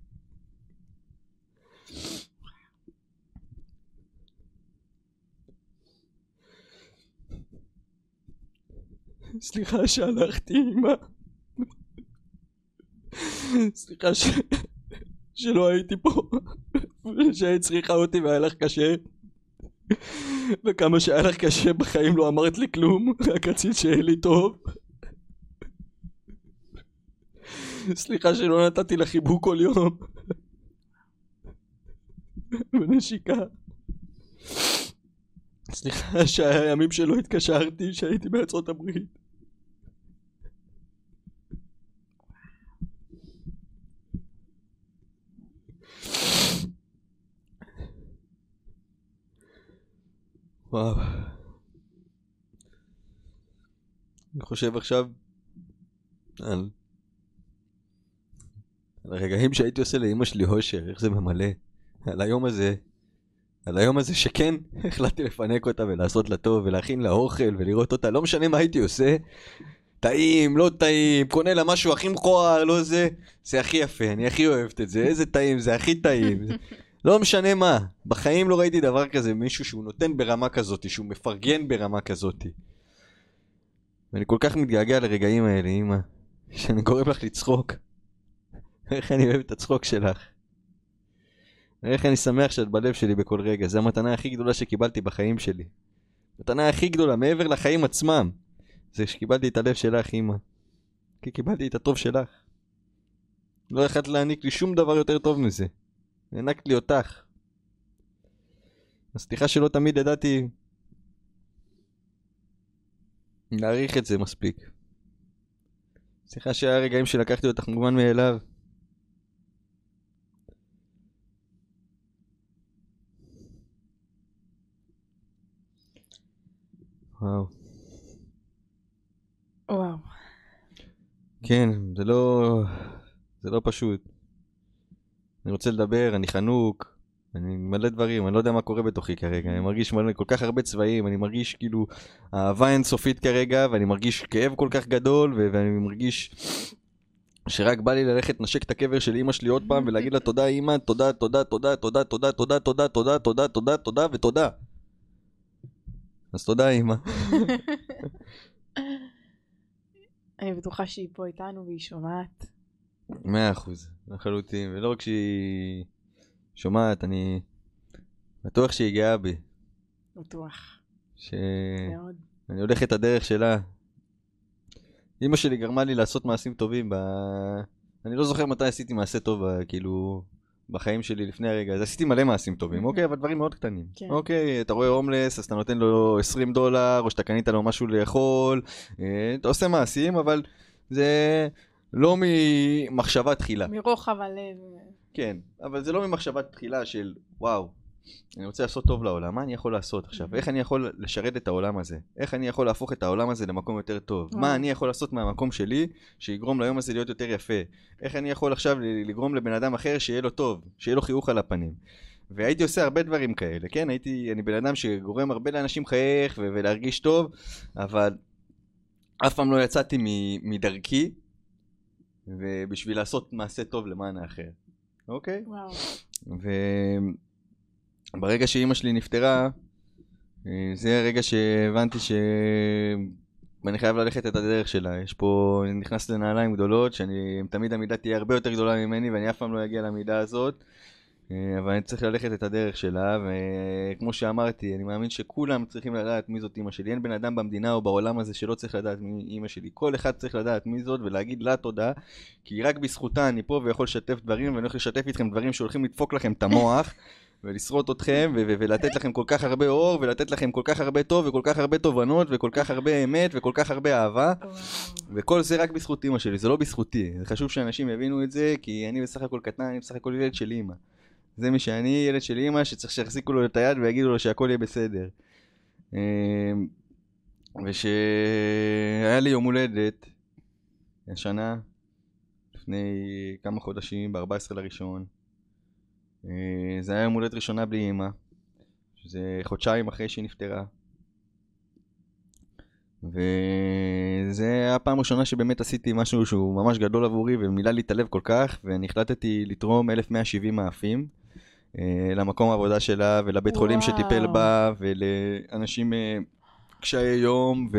סליחה שהלכתי אמא. סליחה ש... שלא הייתי פה שהיית צריכה אותי והיה לך קשה. וכמה שהיה לך קשה בחיים לא אמרת לי כלום, רק רצית שיהיה לי טוב. סליחה שלא נתתי לה חיבוק כל יום. ונשיקה. סליחה שהימים שלא התקשרתי, שהייתי בארצות הברית. וואו. אני חושב עכשיו על, על הרגעים שהייתי עושה לאמא שלי הושר, איך זה ממלא. על היום הזה, על היום הזה שכן החלטתי לפנק אותה ולעשות לה טוב ולהכין לה אוכל ולראות אותה, לא משנה מה הייתי עושה, טעים, לא טעים, קונה לה משהו הכי מכוער, לא זה, זה הכי יפה, אני הכי אוהבת את זה, איזה טעים, זה הכי טעים. לא משנה מה, בחיים לא ראיתי דבר כזה, מישהו שהוא נותן ברמה כזאת, שהוא מפרגן ברמה כזאת. ואני כל כך מתגעגע לרגעים האלה, אמא, שאני גורם לך לצחוק. איך אני אוהב את הצחוק שלך. איך אני שמח שאת בלב שלי בכל רגע. זו המתנה הכי גדולה שקיבלתי בחיים שלי. המתנה הכי גדולה, מעבר לחיים עצמם. זה שקיבלתי את הלב שלך, אמא. כי קיבלתי את הטוב שלך. לא יכולת להעניק לי שום דבר יותר טוב מזה. הענקת לי אותך. אז סליחה שלא תמיד ידעתי להעריך את זה מספיק. סליחה שהיה רגעים שלקחתי אותך מובן מאליו. וואו. וואו. כן, זה לא... זה לא פשוט. אני רוצה לדבר, אני חנוק, אני מלא דברים, אני לא יודע מה קורה בתוכי כרגע, אני מרגיש מלא, כל כך הרבה צבעים, אני מרגיש כאילו אהבה אינסופית כרגע, ואני מרגיש כאב כל כך גדול, ו- ואני מרגיש שרק בא לי ללכת נשק את הקבר של אמא שלי עוד פעם, ולהגיד לה תודה אמא, תודה, תודה, תודה, תודה, תודה, תודה, תודה, תודה, תודה, תודה, תודה, ותודה. אז תודה אמא. אני בטוחה שהיא פה איתנו והיא שומעת. מאה אחוז, לחלוטין, ולא רק שהיא שומעת, אני בטוח שהיא גאה בי. בטוח. מאוד. אני הולך את הדרך שלה. אמא שלי גרמה לי לעשות מעשים טובים, ב... אני לא זוכר מתי עשיתי מעשה טוב, כאילו, בחיים שלי לפני הרגע, אז עשיתי מלא מעשים טובים, אוקיי, אבל דברים מאוד קטנים. אוקיי, אתה רואה הומלס, אז אתה נותן לו עשרים דולר, או שאתה קנית לו משהו לאכול, אתה עושה מעשים, אבל זה... לא ממחשבה תחילה. מרוחב הלב. כן, אבל זה לא ממחשבה תחילה של וואו, אני רוצה לעשות טוב לעולם, מה אני יכול לעשות עכשיו? איך אני יכול לשרת את העולם הזה? איך אני יכול להפוך את העולם הזה למקום יותר טוב? מה אני יכול לעשות מהמקום שלי שיגרום ליום הזה להיות יותר יפה? איך אני יכול עכשיו לגרום לבן אדם אחר שיהיה לו טוב, שיהיה לו חיוך על הפנים? והייתי עושה הרבה דברים כאלה, כן? הייתי, אני בן אדם שגורם הרבה לאנשים חייך ולהרגיש טוב, אבל אף פעם לא יצאתי מדרכי, ובשביל לעשות מעשה טוב למען האחר. אוקיי? וואו. וברגע שאימא שלי נפטרה, זה הרגע שהבנתי שאני חייב ללכת את הדרך שלה. יש פה, אני נכנס לנעליים גדולות, שאני תמיד המידה תהיה הרבה יותר גדולה ממני, ואני אף פעם לא אגיע למידה הזאת. אבל אני צריך ללכת את הדרך שלה, וכמו שאמרתי, אני מאמין שכולם צריכים לדעת מי זאת אמא שלי. אין בן אדם במדינה או בעולם הזה שלא צריך לדעת מי אמא שלי. כל אחד צריך לדעת מי זאת ולהגיד לה תודה, כי רק בזכותה אני פה ויכול לשתף דברים, ואני הולך לשתף איתכם דברים שהולכים לדפוק לכם את המוח, ולשרוט אתכם, ו- ו- ולתת לכם כל כך הרבה אור, ולתת לכם כל כך הרבה טוב, וכל כך הרבה תובנות, וכל כך הרבה אמת, וכל כך הרבה אהבה. וכל זה רק בזכות אמא שלי, זה לא בזכותי. זה חשוב שאנשים יבינו את זה, כי אני בסך הכל קטן, אני בסך הכל ילד של אמא. זה מי שאני, ילד של אמא, שצריך שיחזיקו לו את היד ויגידו לו שהכל יהיה בסדר. ושהיה לי יום הולדת, השנה, לפני כמה חודשים, ב-ארבעה עשר לראשון. זה היה יום הולדת ראשונה בלי אמא, שזה חודשיים אחרי שהיא נפטרה. וזה היה הפעם הראשונה שבאמת עשיתי משהו שהוא ממש גדול עבורי ומילא לי את הלב כל כך, ואני החלטתי לתרום אלף מאה שבעים מאפים למקום העבודה שלה ולבית וואו. חולים שטיפל בה ולאנשים קשיי יום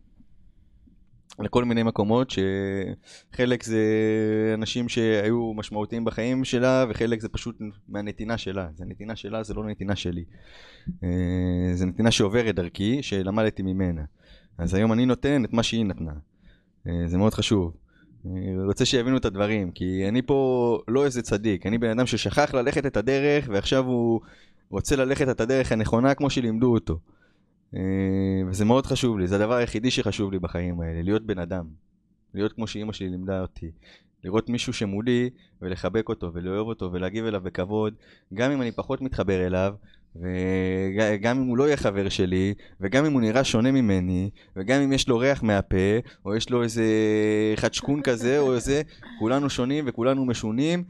ולכל מיני מקומות, שחלק זה אנשים שהיו משמעותיים בחיים שלה וחלק זה פשוט מהנתינה שלה. זה נתינה שלה, זה לא נתינה שלי, זה נתינה שעוברת דרכי, שלמדתי ממנה. אז היום אני נותן את מה שהיא נתנה. זה מאוד חשוב. אני רוצה שיבינו את הדברים, כי אני פה לא איזה צדיק, אני בן אדם ששכח ללכת את הדרך, ועכשיו הוא רוצה ללכת את הדרך הנכונה כמו שלימדו אותו. וזה מאוד חשוב לי, זה הדבר היחידי שחשוב לי בחיים האלה, להיות בן אדם. להיות כמו שאמא שלי לימדה אותי. לראות מישהו שמולי ולחבק אותו ולאהוב אותו ולהגיב אליו בכבוד, גם אם אני פחות מתחבר אליו, וגם אם הוא לא יהיה חבר שלי, וגם אם הוא נראה שונה ממני, וגם אם יש לו ריח מהפה, או יש לו איזה חדשקון כזה או איזה, כולנו שונים וכולנו משונים,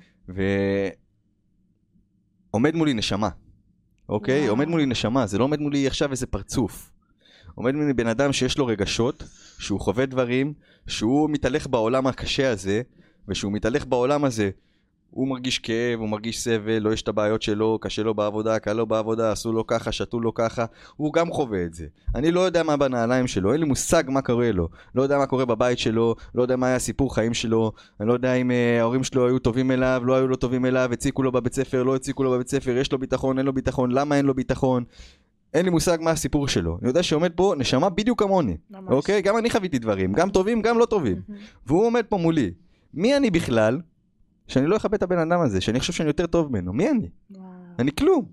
ועומד מולי נשמה. אוקיי? עומד מולי נשמה, זה לא עומד מולי עכשיו איזה פרצוף. עומד מולי בן אדם שיש לו רגשות, שהוא חווה דברים, שהוא מתהלך בעולם הקשה הזה, ושהוא מתהלך בעולם הזה, הוא מרגיש כאב, הוא מרגיש סבל, לא יש את הבעיות שלו, קשה לו בעבודה, קל לו בעבודה, עשו לו ככה, שתו לו ככה, הוא גם חווה את זה. אני לא יודע מה בנעליים שלו, אין לי מושג מה קורה לו, לא יודע מה קורה בבית שלו, לא יודע מה היה סיפור חיים שלו, אני לא יודע אם uh, ההורים שלו היו טובים אליו, לא היו לו טובים אליו, הציקו לו בבית ספר, לא הציקו לו בבית ספר, יש לו ביטחון, אין לו ביטחון, למה אין לו ביטחון? אין לי מושג מה הסיפור שלו. אני יודע שעומד פה נשמה בדיוק כמוני. אוקיי? גם אני חוויתי דברים, גם טובים, גם לא טובים. והוא עומד פה מולי. מי אני בכלל? שאני לא אכבד את הבן אדם הזה, שאני חושב שאני יותר טוב ממנו. מי אני? אני כלום.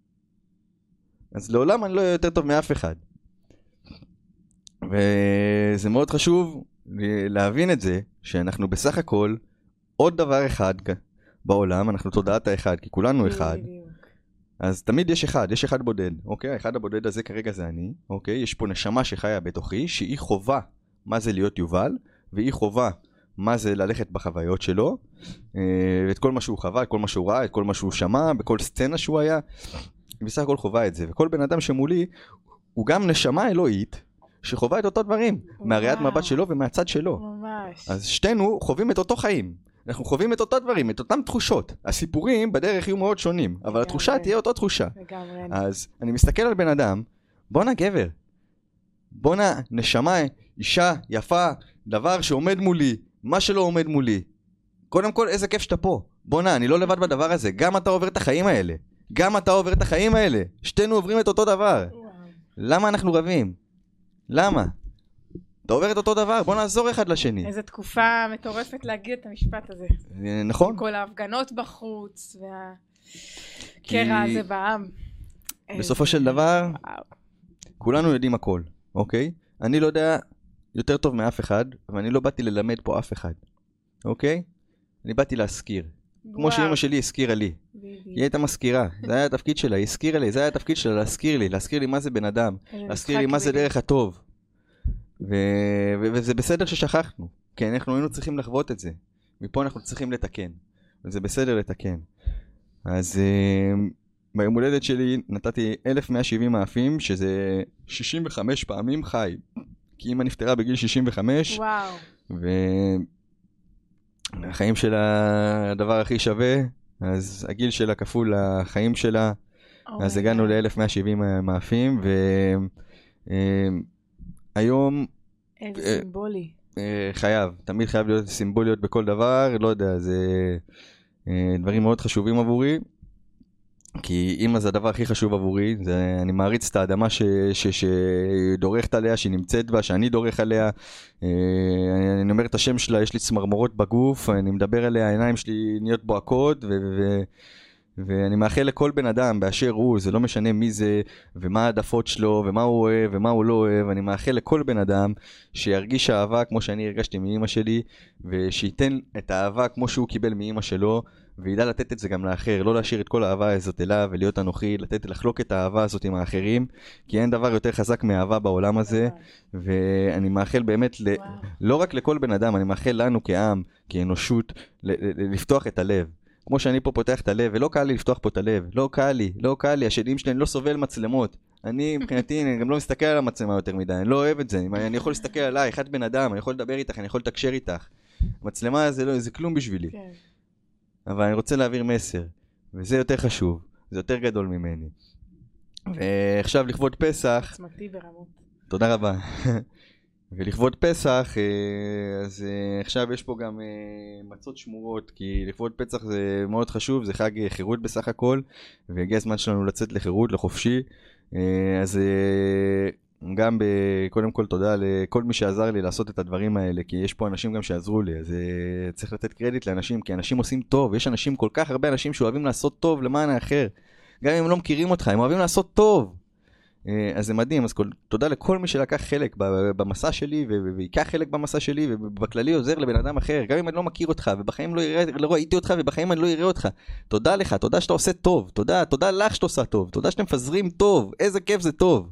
אז לעולם אני לא אהיה יותר טוב מאף אחד. וזה מאוד חשוב להבין את זה, שאנחנו בסך הכל עוד דבר אחד בעולם, אנחנו תודעת האחד, כי כולנו אחד. אז תמיד יש אחד, יש אחד בודד, אוקיי? האחד הבודד הזה כרגע זה אני, אוקיי? יש פה נשמה שחיה בתוכי, שהיא חובה מה זה להיות יובל, והיא חובה מה זה ללכת בחוויות שלו, ואת כל מה שהוא חווה, את כל מה שהוא ראה, את כל מה שהוא שמע, בכל סצנה שהוא היה, בסך הכל חובה את זה. וכל בן אדם שמולי, הוא גם נשמה אלוהית, שחובה את אותו דברים, מהראיית מבט שלו ומהצד שלו. ממש. אז שתינו חווים את אותו חיים. אנחנו חווים את אותו דברים, את אותם תחושות. הסיפורים בדרך יהיו מאוד שונים, אבל התחושה תהיה אותו תחושה. אז אני מסתכל על בן אדם, בונה גבר, בונה נשמה, אישה, יפה, דבר שעומד מולי, מה שלא עומד מולי. קודם כל, איזה כיף שאתה פה. בונה, אני לא לבד בדבר הזה, גם אתה עובר את החיים האלה. גם אתה עובר את החיים האלה. שתינו עוברים את אותו דבר. למה אנחנו רבים? למה? אתה עובר את אותו דבר, בוא נעזור אחד לשני. איזו תקופה מטורפת להגיד את המשפט הזה. נכון. כל ההפגנות בחוץ, והקרע הזה בעם. בסופו של דבר, כולנו יודעים הכל, אוקיי? אני לא יודע יותר טוב מאף אחד, ואני לא באתי ללמד פה אף אחד, אוקיי? אני באתי להזכיר. כמו שאמא שלי הזכירה לי. היא הייתה מזכירה, זה היה התפקיד שלה, היא הזכירה לי, זה היה התפקיד שלה להזכיר לי, להזכיר לי מה זה בן אדם, להזכיר לי מה זה דרך הטוב. ו... ו... וזה בסדר ששכחנו, כי אנחנו היינו צריכים לחוות את זה. מפה אנחנו צריכים לתקן, וזה בסדר לתקן. אז uh, ביום הולדת שלי נתתי אלף מאה שבעים מאפים, שזה שישים וחמש פעמים חי. כי אמא נפטרה בגיל שישים וחמש, וואו. והחיים שלה הדבר הכי שווה, אז הגיל שלה כפול החיים שלה, oh אז הגענו ל-אלף מאה שבעים מאפים, והיום... איזה סימבולי. חייב, תמיד חייב להיות סימבוליות בכל דבר, לא יודע, זה דברים מאוד חשובים עבורי, כי אמא זה הדבר הכי חשוב עבורי, זה, אני מעריץ את האדמה ש, ש, שדורכת עליה, שהיא נמצאת בה, שאני דורך עליה, אני, אני אומר את השם שלה, יש לי צמרמורות בגוף, אני מדבר עליה, העיניים שלי נהיות בוהקות, ו, ו, ואני מאחל לכל בן אדם באשר הוא, זה לא משנה מי זה, ומה העדפות שלו, ומה הוא אוהב, ומה הוא לא אוהב, אני מאחל לכל בן אדם שירגיש אהבה כמו שאני הרגשתי מאמא שלי, ושייתן את האהבה כמו שהוא קיבל מאמא שלו, וידע לתת את זה גם לאחר, לא להשאיר את כל האהבה הזאת אליו ולהיות אנוכי, לתת, לחלוק את האהבה הזאת עם האחרים, כי אין דבר יותר חזק מאהבה בעולם הזה, ואני מאחל באמת, ל... לא רק לכל בן אדם, אני מאחל לנו כעם, כאנושות, ל- לפתוח את הלב. כמו שאני פה פותח את הלב, ולא קל לי לפתוח פה את הלב, לא קל לי, לא קל לי, השדים שלי, אני לא סובל מצלמות. אני, מבחינתי, אני גם לא מסתכל על המצלמה יותר מדי, אני לא אוהב את זה, אני יכול להסתכל עליי, אחד בן אדם, אני יכול לדבר איתך, אני יכול לתקשר איתך. מצלמה זה לא, זה כלום בשבילי. כן. אבל אני רוצה להעביר מסר, וזה יותר חשוב, זה יותר גדול ממני. ועכשיו לכבוד פסח... עצמתי ברמות. תודה רבה. ולכבוד פסח, אז עכשיו יש פה גם מצות שמורות, כי לכבוד פסח זה מאוד חשוב, זה חג חירות בסך הכל, והגיע הזמן שלנו לצאת לחירות, לחופשי. אז גם קודם כל תודה לכל מי שעזר לי לעשות את הדברים האלה, כי יש פה אנשים גם שעזרו לי, אז צריך לתת קרדיט לאנשים, כי אנשים עושים טוב, יש אנשים, כל כך הרבה אנשים שאוהבים לעשות טוב למען האחר, גם אם הם לא מכירים אותך, הם אוהבים לעשות טוב. אז זה מדהים, אז תודה לכל מי שלקח חלק במסע שלי, ויקח חלק במסע שלי, ובכללי עוזר לבן אדם אחר, גם אם אני לא מכיר אותך, ובחיים לא יראה, לא ראיתי אותך, ובחיים אני לא יראה אותך. תודה לך, תודה שאתה עושה טוב, תודה, תודה לך שאתה עושה טוב, תודה שאתם מפזרים טוב, איזה כיף זה טוב.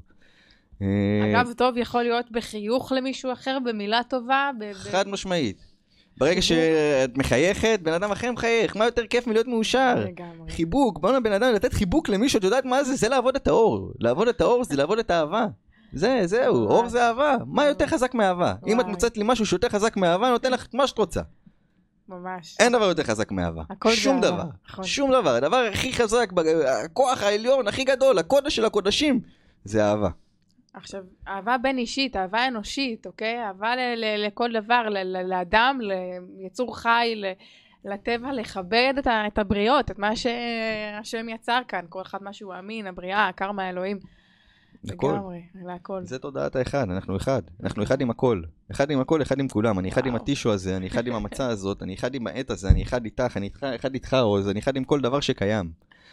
אגב, טוב יכול להיות בחיוך למישהו אחר, במילה טובה. חד משמעית. ברגע שאת מחייכת, בן אדם אחר מחייך, מה יותר כיף מלהיות מאושר? חיבוק, בואו בן אדם לתת חיבוק למישהו, את יודעת מה זה? זה לעבוד את האור. לעבוד את האור זה לעבוד את האהבה. זה, זהו, אור זה אהבה. מה יותר חזק מאהבה? אם את מוצאת לי משהו שיותר חזק מאהבה, נותן לך מה שאת רוצה. ממש. אין דבר יותר חזק מאהבה. שום דבר. שום דבר. הדבר הכי חזק, הכוח העליון, הכי גדול, הקודש של הקודשים, זה אהבה. עכשיו, אהבה בין אישית, אהבה אנושית, אוקיי? אהבה ל- ל- לכל דבר, ל- ל- לאדם, ליצור חי, ל- לטבע, לכבד את, ה- את הבריות, את מה שהשם יצר כאן, כל אחד מה שהוא אמין, הבריאה, הקרמה, האלוהים. לכל. לגמרי, להכל. זה תודעת האחד, אנחנו אחד. אנחנו אחד עם הכל. אחד עם הכל, אחד עם כולם. אני אחד עם הטישו הזה, אני אחד עם המצע הזאת, אני אחד עם העט הזה, אני אחד איתך, אני אחד איתך עוז, אני אחד עם כל דבר שקיים.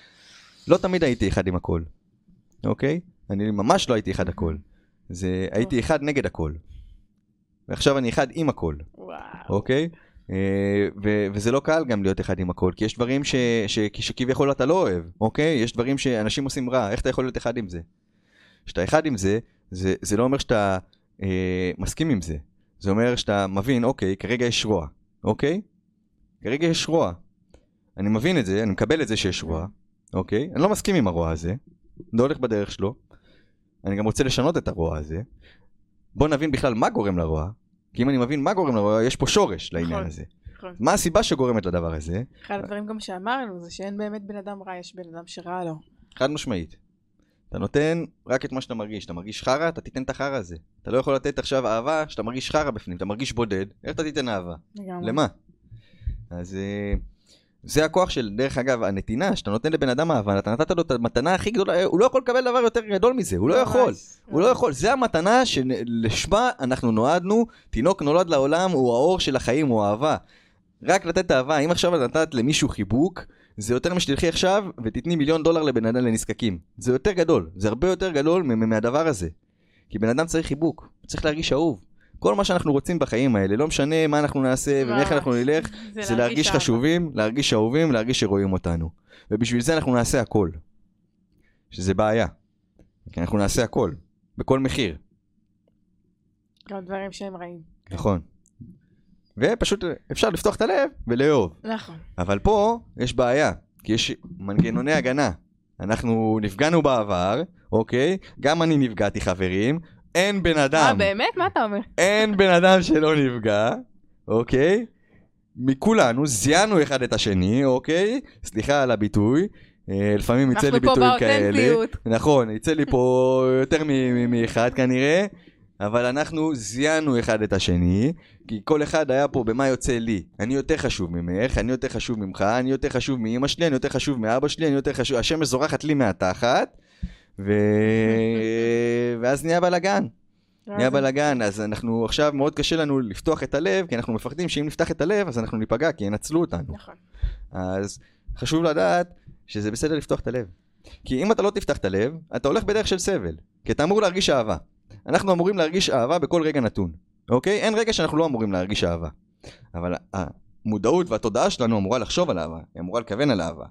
לא תמיד הייתי אחד עם הכל. אוקיי? אני ממש לא הייתי אחד הכל. זה, הייתי אחד נגד הכל. ועכשיו אני אחד עם הכל. וואו. אוקיי? ו- וזה לא קל גם להיות אחד עם הכל, כי יש דברים ש- ש- שכביכול אתה לא אוהב, אוקיי? יש דברים שאנשים עושים רע, איך אתה יכול להיות אחד עם זה? כשאתה אחד עם זה, זה, זה לא אומר שאתה אה, מסכים עם זה. זה אומר שאתה מבין, אוקיי, כרגע יש רוע, אוקיי? כרגע יש רוע. אני מבין את זה, אני מקבל את זה שיש רוע, אוקיי? אני לא מסכים עם הרוע הזה, לא הולך בדרך שלו. אני גם רוצה לשנות את הרוע הזה. בוא נבין בכלל מה גורם לרוע, כי אם אני מבין מה גורם לרוע, יש פה שורש לעניין נכון, הזה. נכון. מה הסיבה שגורמת לדבר הזה? אחד הדברים גם שאמרנו, זה שאין באמת בן אדם רע, יש בן אדם שרע לו. חד משמעית. אתה נותן רק את מה שאתה מרגיש. אתה מרגיש חרה, אתה תיתן את החרה הזה. אתה לא יכול לתת עכשיו אהבה שאתה מרגיש חרה בפנים. אתה מרגיש בודד, איך אתה תיתן אהבה? לגמרי. למה? אז זה הכוח של, דרך אגב, הנתינה, שאתה נותן לבן אדם אהבה, אתה נתת לו את המתנה הכי גדולה, הוא לא יכול לקבל דבר יותר גדול מזה, הוא לא יכול. הוא לא יכול. זה המתנה שלשמה אנחנו נועדנו, תינוק נולד לעולם, הוא האור של החיים, הוא אהבה. רק לתת אהבה. אם עכשיו נתת למישהו חיבוק, זה יותר משתלחי עכשיו ותתני מיליון דולר לבן אדם לנזקקים. זה יותר גדול, זה הרבה יותר גדול מהדבר הזה. כי בן אדם צריך חיבוק, צריך להרגיש אהוב. כל מה שאנחנו רוצים בחיים האלה, לא משנה מה אנחנו נעשה ואיך אנחנו נלך, זה, זה להרגיש חשובים, להרגיש אהובים, להרגיש שרואים אותנו. ובשביל זה אנחנו נעשה הכל. שזה בעיה. כי אנחנו נעשה הכל, בכל מחיר. גם דברים שהם רעים. נכון. ופשוט אפשר לפתוח את הלב ולאהוב. נכון. אבל פה יש בעיה, כי יש מנגנוני הגנה. אנחנו נפגענו בעבר, אוקיי? גם אני נפגעתי, חברים. אין בן אדם. אה, באמת? מה אתה אומר? אין בן אדם שלא נפגע, אוקיי? מכולנו זיינו אחד את השני, אוקיי? סליחה על הביטוי. לפעמים יצא לי ביטויים כאלה. נכון, יצא לי פה יותר מאחד כנראה. אבל אנחנו זיינו אחד את השני, כי כל אחד היה פה במה יוצא לי. אני יותר חשוב ממך, אני יותר חשוב ממך, אני יותר חשוב מאמא שלי, אני יותר חשוב מאבא שלי, אני יותר חשוב... השמש זורחת לי מהתחת, ו... ואז נהיה בלגן. נהיה בלגן, אז אנחנו עכשיו מאוד קשה לנו לפתוח את הלב, כי אנחנו מפחדים שאם נפתח את הלב, אז אנחנו ניפגע, כי ינצלו אותנו. נכון. אז חשוב לדעת שזה בסדר לפתוח את הלב. כי אם אתה לא תפתח את הלב, אתה הולך בדרך של סבל, כי אתה אמור להרגיש אהבה. אנחנו אמורים להרגיש אהבה בכל רגע נתון, אוקיי? אין רגע שאנחנו לא אמורים להרגיש אהבה. אבל המודעות והתודעה שלנו אמורה לחשוב על אהבה, היא אמורה לכוון על אהבה.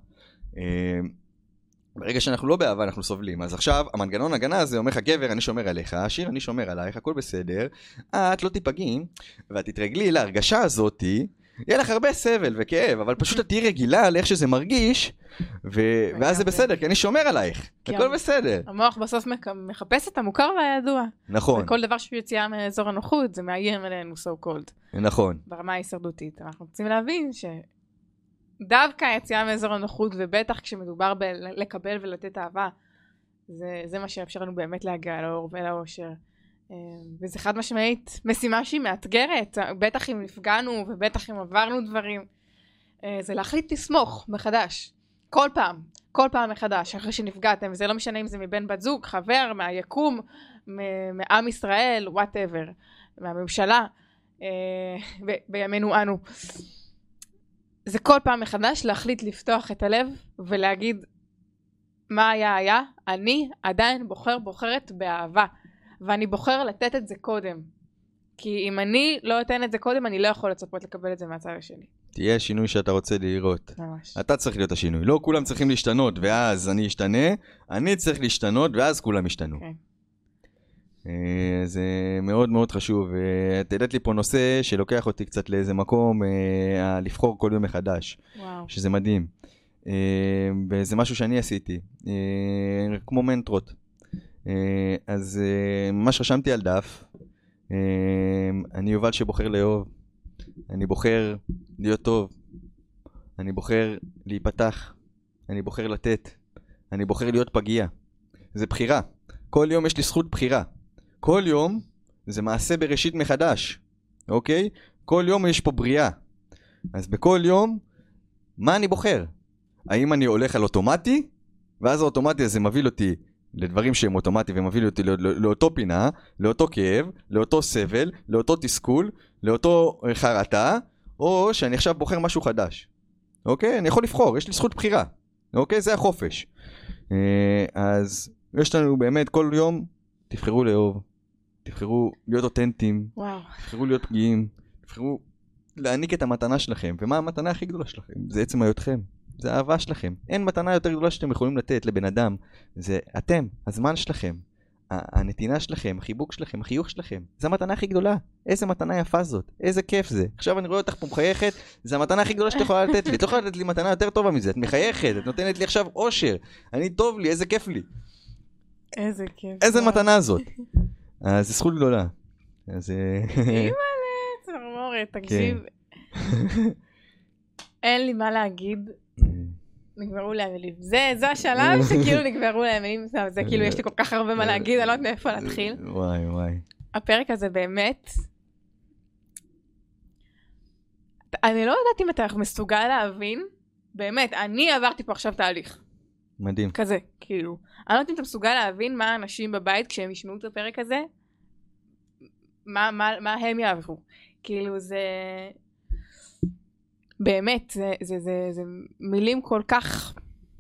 ברגע שאנחנו לא באהבה אנחנו סובלים. אז עכשיו המנגנון הגנה הזה אומר לך, גבר אני שומר עליך, שיר אני שומר עלייך, הכל בסדר, את לא תיפגעי ואת תתרגלי להרגשה הזאתי, יהיה לך הרבה סבל וכאב, אבל פשוט את תהיי רגילה לאיך שזה מרגיש, ו- ואז זה בסדר, כי אני שומר עלייך, הכל בסדר. המוח בסוף מחפש את המוכר והידוע. נכון. וכל דבר שהוא יציאה מאזור הנוחות, זה מאיים עלינו so called. נכון. ברמה ההישרדותית. אנחנו רוצים להבין שדווקא היציאה מאזור הנוחות, ובטח כשמדובר בלקבל ולתת אהבה, זה, זה מה שיאפשר לנו באמת להגיע לאור ולאושר. וזה חד משמעית משימה שהיא מאתגרת, בטח אם נפגענו ובטח אם עברנו דברים, זה להחליט לסמוך מחדש, כל פעם, כל פעם מחדש, אחרי שנפגעתם, וזה לא משנה אם זה מבן בת זוג, חבר, מהיקום, מעם ישראל, whatever, מהממשלה, בימינו אנו. זה כל פעם מחדש להחליט לפתוח את הלב ולהגיד מה היה היה, אני עדיין בוחר בוחרת באהבה, ואני בוחר לתת את זה קודם. כי אם אני לא אתן את זה קודם, אני לא יכול לצפות לקבל את זה מהצד השני. תהיה השינוי שאתה רוצה לראות. ממש. אתה צריך להיות השינוי. לא כולם צריכים להשתנות, ואז אני אשתנה, אני צריך להשתנות, ואז כולם ישתנו. כן. זה מאוד מאוד חשוב. את העלית לי פה נושא שלוקח אותי קצת לאיזה מקום, לבחור כל יום מחדש. וואו. שזה מדהים. וזה משהו שאני עשיתי. כמו מנטרות. אז ממש רשמתי על דף. אני יובל שבוחר לאהוב. אני בוחר להיות טוב. אני בוחר להיפתח. אני בוחר לתת. אני בוחר להיות פגיע. זה בחירה. כל יום יש לי זכות בחירה. כל יום זה מעשה בראשית מחדש. אוקיי? כל יום יש פה בריאה. אז בכל יום, מה אני בוחר? האם אני הולך על אוטומטי? ואז האוטומטי הזה מביא אותי לדברים שהם אוטומטי ומביא אותי לא, לא, לאותו פינה, לאותו כאב, לאותו סבל, לאותו תסכול, לאותו חרטה, או שאני עכשיו בוחר משהו חדש. אוקיי? אני יכול לבחור, יש לי זכות בחירה. אוקיי? זה החופש. אז יש לנו באמת כל יום, תבחרו לאהוב, תבחרו להיות אותנטיים, וואו. תבחרו להיות פגיעים, תבחרו להעניק את המתנה שלכם. ומה המתנה הכי גדולה שלכם? זה עצם היותכם. זה האהבה שלכם. אין מתנה יותר גדולה שאתם יכולים לתת לבן אדם. זה אתם, הזמן שלכם, הנתינה שלכם, החיבוק שלכם, החיוך שלכם. זה המתנה הכי גדולה. איזה מתנה יפה זאת. איזה כיף זה. עכשיו אני רואה אותך פה מחייכת, זה המתנה הכי גדולה שאת יכולה לתת לי. את לא יכולה לתת לי מתנה יותר טובה מזה. את מחייכת, את נותנת לי עכשיו אושר. אני טוב לי, איזה כיף לי. איזה כיף. איזה מתנה זאת. אז זה זכות גדולה. אז... אימא'לה, צמרמורת, תקשיב. אין לי מה להגיד. נגמרו לי המילים. זה, זה השלב שכאילו נגמרו לי המילים. זה כאילו יש לי כל כך הרבה מה להגיד, אני לא יודעת מאיפה להתחיל. וואי וואי. הפרק הזה באמת... אני לא יודעת אם אתה מסוגל להבין. באמת, אני עברתי פה עכשיו תהליך. מדהים. כזה, כאילו. אני לא יודעת אם אתה מסוגל להבין מה האנשים בבית כשהם ישמעו את הפרק הזה, מה, מה, מה הם יעברו. כאילו זה... באמת, זה, זה, זה, זה מילים כל כך...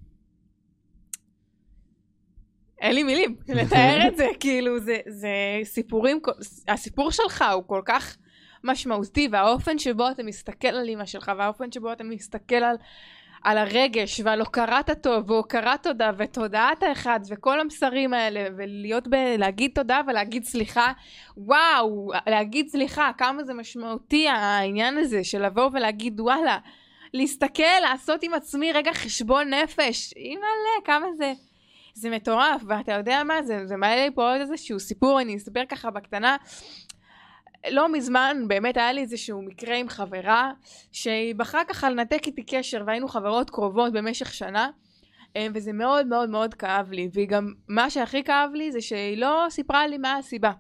אין לי מילים לתאר את זה, כאילו זה, זה סיפורים, הסיפור שלך הוא כל כך משמעותי, והאופן שבו אתה מסתכל על אמא שלך, והאופן שבו אתה מסתכל על... על הרגש ועל הוקרת הטוב והוקרת תודה ותודעת האחד וכל המסרים האלה ולהיות ב... להגיד תודה ולהגיד סליחה. וואו, להגיד סליחה, כמה זה משמעותי העניין הזה של לבוא ולהגיד וואלה, להסתכל, לעשות עם עצמי רגע חשבון נפש. אימא'לה, כמה זה, זה מטורף. ואתה יודע מה, זה, זה מעלה לי פה עוד איזשהו סיפור, אני אספר ככה בקטנה. לא מזמן באמת היה לי איזשהו מקרה עם חברה שהיא בחרה ככה לנתק איתי קשר והיינו חברות קרובות במשך שנה וזה מאוד מאוד מאוד כאב לי, והיא גם מה שהכי כאב לי זה שהיא לא סיפרה לי מה הסיבה.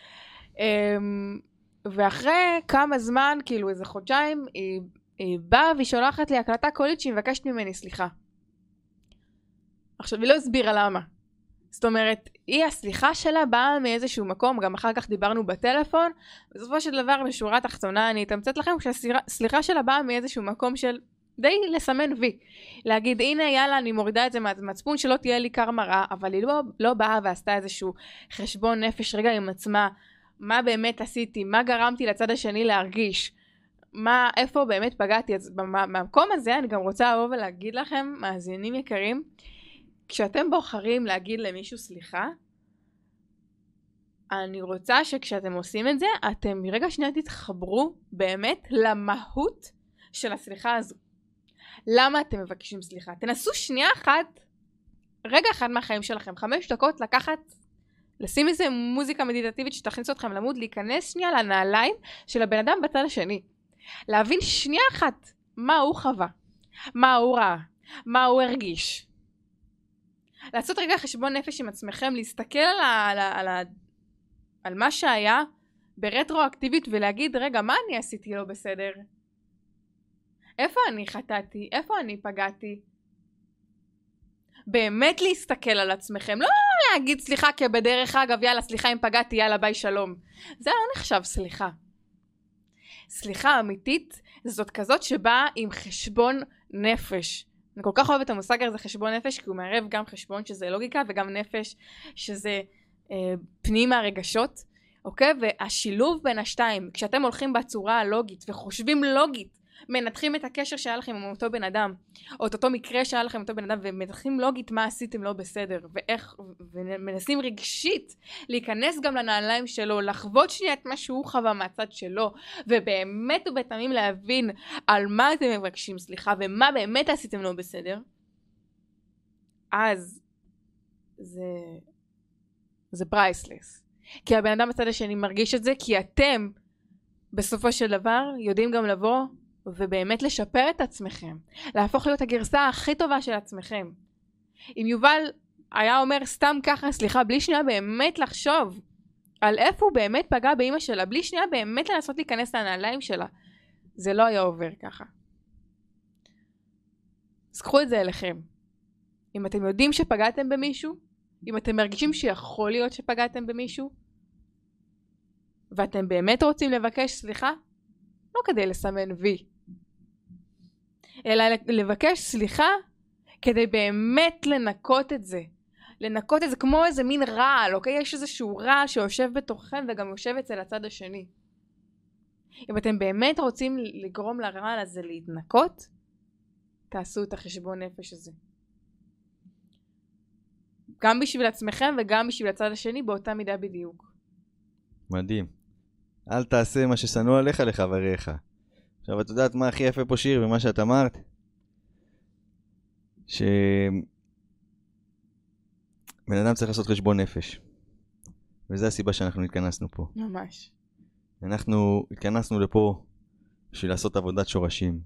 ואחרי כמה זמן, כאילו איזה חודשיים, היא, היא באה והיא שולחת לי הקלטה קולית שהיא מבקשת ממני סליחה. עכשיו היא לא הסבירה למה. זאת אומרת, היא הסליחה שלה באה מאיזשהו מקום, גם אחר כך דיברנו בטלפון, בסופו של דבר בשורה תחתונה אני אתמצת לכם, כשהסליחה שלה באה מאיזשהו מקום של די לסמן וי, להגיד הנה יאללה אני מורידה את זה מהמצפון שלא תהיה לי קרמה רע, אבל היא לא, לא באה ועשתה איזשהו חשבון נפש רגע עם עצמה, מה באמת עשיתי, מה גרמתי לצד השני להרגיש, מה, איפה באמת פגעתי. אז במקום הזה אני גם רוצה לבוא ולהגיד לכם, מאזינים יקרים, כשאתם בוחרים להגיד למישהו סליחה, אני רוצה שכשאתם עושים את זה, אתם מרגע שנייה תתחברו באמת למהות של הסליחה הזו. למה אתם מבקשים סליחה? תנסו שנייה אחת, רגע אחד מהחיים שלכם, חמש דקות לקחת, לשים איזה מוזיקה מדיטטיבית שתכניס אתכם למוד, להיכנס שנייה לנעליים של הבן אדם בצד השני. להבין שנייה אחת מה הוא חווה, מה הוא ראה, מה הוא הרגיש. לעשות רגע חשבון נפש עם עצמכם, להסתכל על, ה, על, ה, על, ה, על מה שהיה ברטרואקטיבית ולהגיד, רגע, מה אני עשיתי לא בסדר? איפה אני חטאתי? איפה אני פגעתי? באמת להסתכל על עצמכם, לא להגיד סליחה כבדרך אגב, יאללה סליחה אם פגעתי, יאללה ביי שלום. זה לא נחשב סליחה. סליחה אמיתית זאת כזאת שבאה עם חשבון נפש. אני כל כך אוהבת את המושג הזה חשבון נפש, כי הוא מערב גם חשבון שזה לוגיקה וגם נפש שזה אה, פנים מהרגשות, אוקיי? והשילוב בין השתיים, כשאתם הולכים בצורה הלוגית וחושבים לוגית, מנתחים את הקשר שהיה לכם עם אותו בן אדם, או את אותו מקרה שהיה לכם עם אותו בן אדם, ומנתחים לוגית מה עשיתם לא בסדר, ואיך, ומנסים רגשית להיכנס גם לנעליים שלו, לחוות שנייה את מה שהוא חווה מהצד שלו, ובאמת ובתמים להבין על מה אתם מבקשים סליחה, ומה באמת עשיתם לא בסדר, אז זה, זה פרייסלס. כי הבן אדם בצד השני מרגיש את זה, כי אתם בסופו של דבר יודעים גם לבוא ובאמת לשפר את עצמכם, להפוך להיות הגרסה הכי טובה של עצמכם. אם יובל היה אומר סתם ככה סליחה, בלי שנייה באמת לחשוב על איפה הוא באמת פגע באמא שלה, בלי שנייה באמת לנסות להיכנס לנעליים שלה, זה לא היה עובר ככה. אז קחו את זה אליכם. אם אתם יודעים שפגעתם במישהו, אם אתם מרגישים שיכול להיות שפגעתם במישהו, ואתם באמת רוצים לבקש סליחה, לא כדי לסמן וי, אלא לבקש סליחה כדי באמת לנקות את זה. לנקות את זה כמו איזה מין רעל, אוקיי? יש איזשהו רעל שיושב בתוככם וגם יושב אצל הצד השני. אם אתם באמת רוצים לגרום לרעל הזה להתנקות, תעשו את החשבון נפש הזה. גם בשביל עצמכם וגם בשביל הצד השני באותה מידה בדיוק. מדהים. אל תעשה מה ששנוא עליך לחבריך. עכשיו, את יודעת מה הכי יפה פה שיר ומה שאת אמרת? שבן אדם צריך לעשות חשבון נפש. וזו הסיבה שאנחנו התכנסנו פה. ממש. אנחנו התכנסנו לפה בשביל לעשות עבודת שורשים.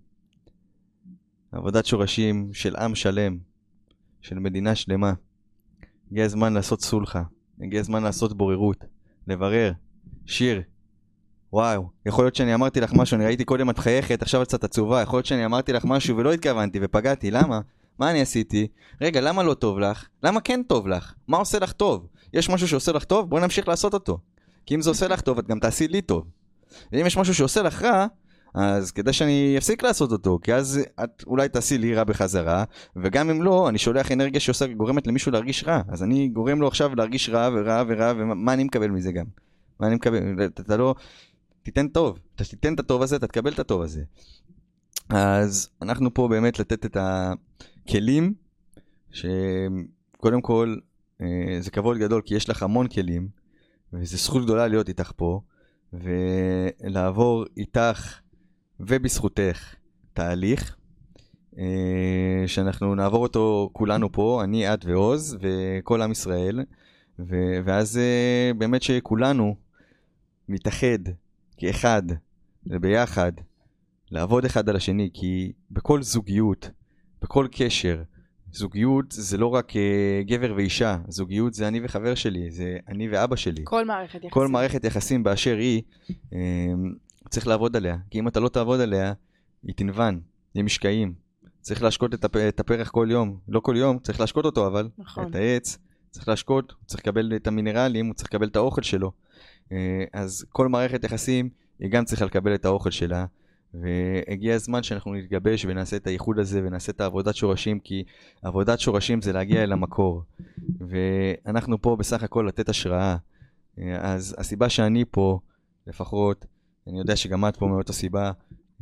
עבודת שורשים של עם שלם, של מדינה שלמה. הגיע הזמן לעשות סולחה, הגיע הזמן לעשות בוררות, לברר. שיר, וואו, יכול להיות שאני אמרתי לך משהו, אני ראיתי קודם את חייכת, עכשיו את קצת עצובה, יכול להיות שאני אמרתי לך משהו ולא התכוונתי ופגעתי, למה? מה אני עשיתי? רגע, למה לא טוב לך? למה כן טוב לך? מה עושה לך טוב? יש משהו שעושה לך טוב? בואי נמשיך לעשות אותו. כי אם זה עושה לך טוב, את גם תעשי לי טוב. ואם יש משהו שעושה לך רע, אז כדי שאני אפסיק לעשות אותו, כי אז את אולי תעשי לי רע בחזרה, וגם אם לא, אני שולח אנרגיה שעושה, גורמת למישהו להרגיש רע, אז אני גורם לו עכשיו להרגיש רע ורע ורע, ומה אני מקבל מזה גם? מה אני מקבל? אתה לא, תיתן טוב, אתה תיתן את הטוב הזה, אתה תקבל את הטוב הזה. אז אנחנו פה באמת לתת את הכלים, שקודם כל, זה כבוד גדול, כי יש לך המון כלים, וזה זכות גדולה להיות איתך פה, ולעבור איתך, ובזכותך תהליך שאנחנו נעבור אותו כולנו פה, אני, את ועוז וכל עם ישראל, ו- ואז באמת שכולנו נתאחד כאחד וביחד לעבוד אחד על השני, כי בכל זוגיות, בכל קשר, זוגיות זה לא רק גבר ואישה, זוגיות זה אני וחבר שלי, זה אני ואבא שלי. כל מערכת יחסים. כל מערכת יחסים באשר היא, צריך לעבוד עליה, כי אם אתה לא תעבוד עליה, היא תנוון, היא משקעים. צריך להשקות את, הפ... את הפרח כל יום, לא כל יום, צריך להשקות אותו אבל, נכון. את העץ, צריך להשקות, הוא צריך לקבל את המינרלים, הוא צריך לקבל את האוכל שלו. אז כל מערכת יחסים, היא גם צריכה לקבל את האוכל שלה, והגיע הזמן שאנחנו נתגבש ונעשה את הייחוד הזה ונעשה את העבודת שורשים, כי עבודת שורשים זה להגיע אל המקור, ואנחנו פה בסך הכל לתת השראה. אז הסיבה שאני פה, לפחות, אני יודע שגם את פה מאותה סיבה,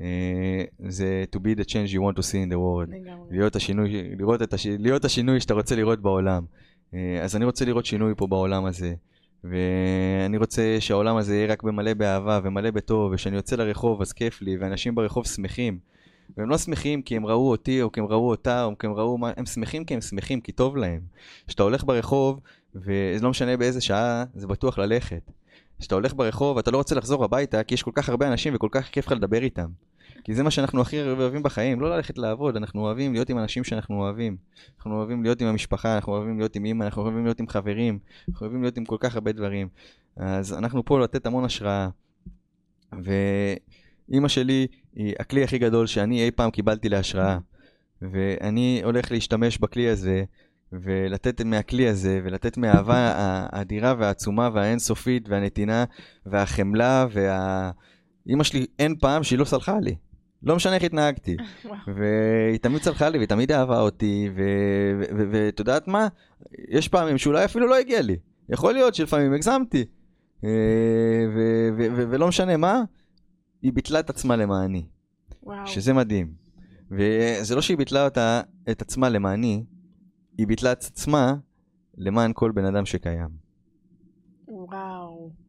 זה to be the change you want to see in the world. להיות השינוי, לראות את השינוי, להיות השינוי שאתה רוצה לראות בעולם. אז אני רוצה לראות שינוי פה בעולם הזה, ואני רוצה שהעולם הזה יהיה רק במלא באהבה ומלא בטוב, ושאני יוצא לרחוב אז כיף לי, ואנשים ברחוב שמחים. והם לא שמחים כי הם ראו אותי, או כי הם ראו אותה, או כי הם ראו מה, הם שמחים כי הם שמחים, כי טוב להם. כשאתה הולך ברחוב, וזה לא משנה באיזה שעה, זה בטוח ללכת. כשאתה הולך ברחוב, אתה לא רוצה לחזור הביתה, כי יש כל כך הרבה אנשים וכל כך כיף לך לדבר איתם. כי זה מה שאנחנו הכי אוהבים בחיים, לא ללכת לעבוד, אנחנו אוהבים להיות עם אנשים שאנחנו אוהבים. אנחנו אוהבים להיות עם המשפחה, אנחנו אוהבים להיות עם אמא, אנחנו אוהבים להיות עם חברים, אנחנו אוהבים להיות עם כל כך הרבה דברים. אז אנחנו פה לתת המון השראה. ואמא שלי היא הכלי הכי גדול שאני אי פעם קיבלתי להשראה. ואני הולך להשתמש בכלי הזה ולתת מהכלי הזה, ולתת מהאהבה האדירה והעצומה והאינסופית והנתינה והחמלה וה... אמא שלי אין פעם שהיא לא סלחה לי. לא משנה איך התנהגתי. והיא תמיד סלחה לי, והיא תמיד אהבה אותי, ואת יודעת מה? יש פעמים שאולי אפילו לא הגיע לי. יכול להיות שלפעמים הגזמתי. ולא משנה מה, היא ביטלה את עצמה למעני. שזה מדהים. וזה לא שהיא ביטלה אותה, את עצמה למעני, היא ביטלה את עצמה למען כל בן אדם שקיים. וואו.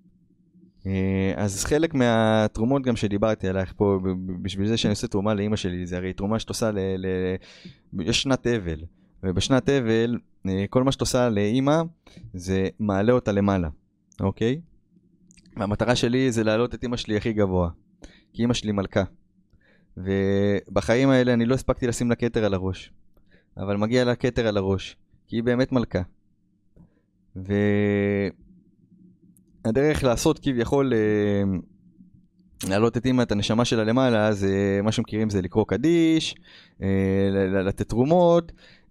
אז חלק מהתרומות גם שדיברתי עלייך פה, בשביל זה שאני עושה תרומה לאמא שלי, זה הרי תרומה שאת עושה ל... ל... יש שנת אבל, ובשנת אבל, כל מה שאת עושה לאמא, זה מעלה אותה למעלה, אוקיי? והמטרה שלי זה להעלות את אמא שלי הכי גבוה, כי אמא שלי מלכה. ובחיים האלה אני לא הספקתי לשים לה כתר על הראש, אבל מגיע לה כתר על הראש, כי היא באמת מלכה. והדרך לעשות כביכול להעלות את אמא, את הנשמה שלה למעלה, זה מה שמכירים זה לקרוא קדיש, לתת תרומות,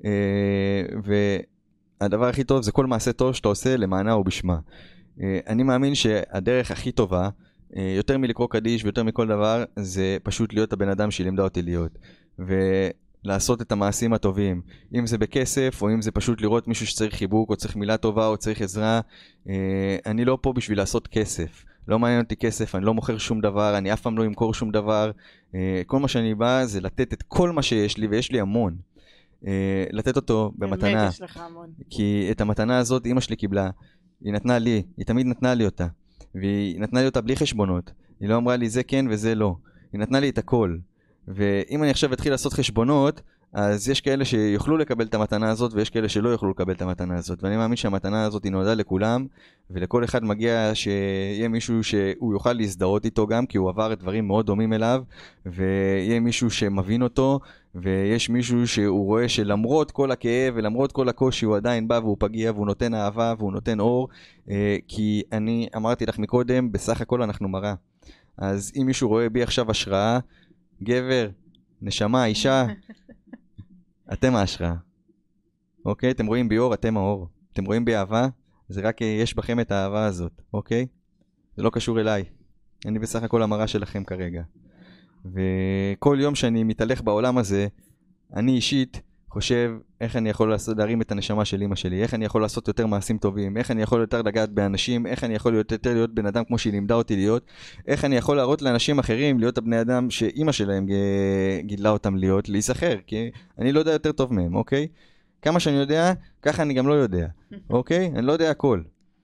והדבר הכי טוב זה כל מעשה טוב שאתה עושה למענה ובשמה. אני מאמין שהדרך הכי טובה, יותר מלקרוא קדיש ויותר מכל דבר, זה פשוט להיות הבן אדם שהיא לימדה אותי להיות. ולעשות את המעשים הטובים. אם זה בכסף, או אם זה פשוט לראות מישהו שצריך חיבוק, או צריך מילה טובה, או צריך עזרה. אני לא פה בשביל לעשות כסף. לא מעניין אותי כסף, אני לא מוכר שום דבר, אני אף פעם לא אמכור שום דבר. כל מה שאני בא זה לתת את כל מה שיש לי, ויש לי המון. לתת אותו במתנה. באמת יש לך המון. כי את המתנה הזאת אמא שלי קיבלה. היא נתנה לי, היא תמיד נתנה לי אותה. והיא נתנה לי אותה בלי חשבונות. היא לא אמרה לי זה כן וזה לא. היא נתנה לי את הכל. ואם אני עכשיו אתחיל לעשות חשבונות, אז יש כאלה שיוכלו לקבל את המתנה הזאת, ויש כאלה שלא יוכלו לקבל את המתנה הזאת. ואני מאמין שהמתנה הזאת היא נועדה לכולם, ולכל אחד מגיע שיהיה מישהו שהוא יוכל להזדהות איתו גם, כי הוא עבר דברים מאוד דומים אליו, ויהיה מישהו שמבין אותו, ויש מישהו שהוא רואה שלמרות כל הכאב ולמרות כל הקושי הוא עדיין בא והוא פגיע והוא נותן אהבה והוא נותן אור, כי אני אמרתי לך מקודם, בסך הכל אנחנו מראה. אז אם מישהו רואה בי עכשיו השראה, גבר, נשמה, אישה, אתם ההשראה. אוקיי? אתם רואים בי אור, אתם האור. אתם רואים בי אהבה, זה רק יש בכם את האהבה הזאת. אוקיי? זה לא קשור אליי. אני בסך הכל המראה שלכם כרגע. וכל יום שאני מתהלך בעולם הזה, אני אישית חושב איך אני יכול לעשות, להרים את הנשמה של אמא שלי, איך אני יכול לעשות יותר מעשים טובים, איך אני יכול יותר לגעת באנשים, איך אני יכול יותר להיות בן אדם כמו שהיא לימדה אותי להיות, איך אני יכול להראות לאנשים אחרים להיות הבני אדם שאמא שלהם גידלה אותם להיות, להיזכר, כי אני לא יודע יותר טוב מהם, אוקיי? כמה שאני יודע, ככה אני גם לא יודע, אוקיי? אני לא יודע הכל.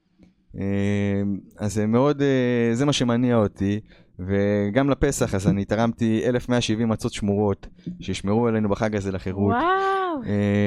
אז זה מאוד, זה מה שמניע אותי, וגם לפסח, אז אני תרמתי אלף מאה שבעים מצות שמורות, שישמרו עלינו בחג הזה לחירות. וואו!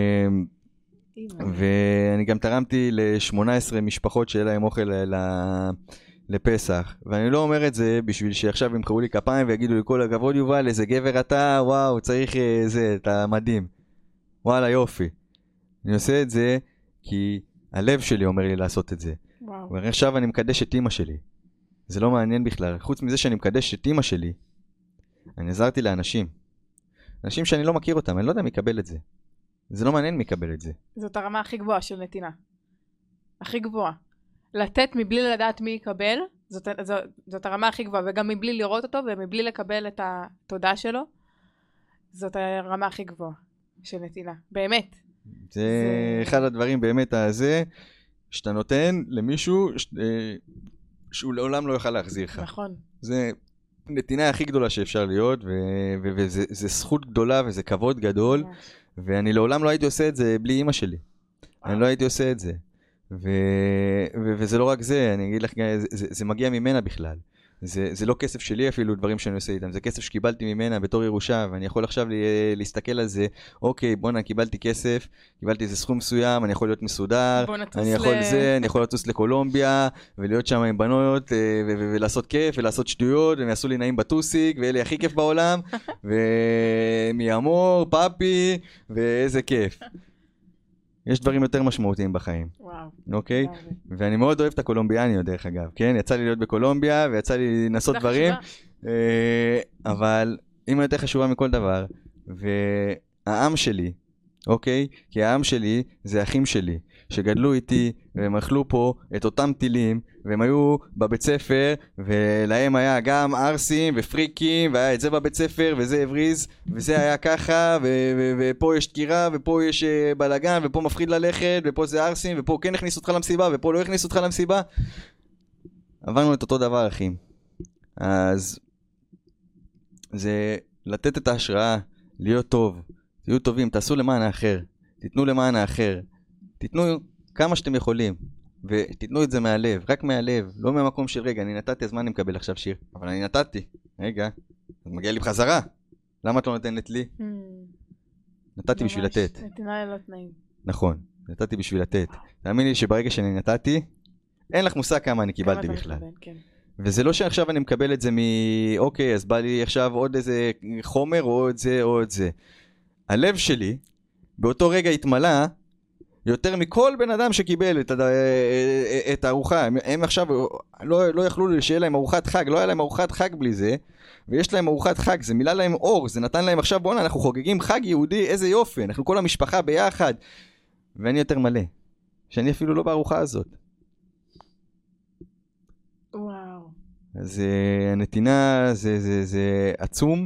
ואני גם תרמתי ל-שמונה עשרה משפחות שיהיה להם אוכל לפסח. ואני לא אומר את זה בשביל שעכשיו ימחאו לי כפיים ויגידו לי כל הכבוד יובל, איזה גבר אתה, וואו, צריך זה, אתה מדהים. וואלה, יופי. אני עושה את זה כי הלב שלי אומר לי לעשות את זה. וואו. ועכשיו אני מקדש את אמא שלי. זה לא מעניין בכלל. חוץ מזה שאני מקדש את אמא שלי, אני עזרתי לאנשים. אנשים שאני לא מכיר אותם, אני לא יודע מי יקבל את זה. זה לא מעניין מי יקבל את זה. זאת הרמה הכי גבוהה של נתינה. הכי גבוהה. לתת מבלי לדעת מי יקבל, זאת, זאת, זאת הרמה הכי גבוהה, וגם מבלי לראות אותו ומבלי לקבל את התודה שלו, זאת הרמה הכי גבוהה של נתינה. באמת. זה, זה... אחד הדברים באמת הזה, שאתה נותן למישהו ש... שהוא לעולם לא יוכל להחזיר לך. נכון. זה נתינה הכי גדולה שאפשר להיות, ו... ו... וזה זה זכות גדולה וזה כבוד גדול, ממש. ואני לעולם לא הייתי עושה את זה בלי אמא שלי. אני לא הייתי עושה את זה. ו... ו... וזה לא רק זה, אני אגיד לך, זה, זה, זה מגיע ממנה בכלל. זה, זה לא כסף שלי אפילו, דברים שאני עושה איתם. זה כסף שקיבלתי ממנה בתור ירושה, ואני יכול עכשיו לי, להסתכל על זה, אוקיי, בוא'נה, קיבלתי כסף, קיבלתי איזה סכום מסוים, אני יכול להיות מסודר, אני יכול ל... זה, אני יכול לטוס לקולומביה, ולהיות שם עם בנות, ו- ו- ולעשות כיף, ולעשות שטויות, והם יעשו לי נעים בטוסיק, ויהיה לי הכי כיף בעולם, ומי אמור, פאפי, ואיזה כיף. יש דברים יותר משמעותיים בחיים. וואו. אוקיי? ואני מאוד אוהב את הקולומביאניות דרך אגב, כן? יצא לי להיות בקולומביה, ויצא לי לנסות דברים, אבל אמא יותר חשובה מכל דבר, והעם שלי, אוקיי? כי העם שלי זה אחים שלי, שגדלו איתי, והם אכלו פה את אותם טילים, והם היו בבית ספר, ולהם היה גם ארסים ופריקים, והיה את זה בבית ספר, וזה הבריז, וזה היה ככה, ו- ו- ופה יש תקירה, ופה יש uh, בלגן, ופה מפחיד ללכת, ופה זה ארסים, ופה כן הכניס אותך למסיבה, ופה לא הכניס אותך למסיבה. עברנו את אותו דבר, אחים. אז זה לתת את ההשראה, להיות טוב, תהיו טובים, תעשו למען האחר, תיתנו למען האחר, תיתנו כמה שאתם יכולים, ותיתנו את זה מהלב, רק מהלב, לא מהמקום של רגע, אני נתתי, אז מה אני מקבל עכשיו שיר? אבל אני נתתי, רגע, אז מגיע לי בחזרה, למה את לא נותנת לי? נתתי בשביל לתת. נתינה ללא תנאים. נכון, נתתי בשביל לתת. תאמין לי שברגע שאני נתתי, אין לך מושג כמה אני קיבלתי בכלל. וזה לא שעכשיו אני מקבל את זה מ... אוקיי, אז בא לי עכשיו עוד איזה חומר, או את זה, או את זה. הלב שלי, באותו רגע התמלא, יותר מכל בן אדם שקיבל את, הד... את הארוחה. הם, הם עכשיו לא, לא יכלו שיהיה להם ארוחת חג, לא היה להם ארוחת חג בלי זה, ויש להם ארוחת חג, זה מילא להם אור, זה נתן להם עכשיו, בואו, אנחנו חוגגים חג יהודי, איזה יופי, אנחנו כל המשפחה ביחד. ואני יותר מלא, שאני אפילו לא בארוחה הזאת. וואו. אז uh, הנתינה זה, זה, זה עצום,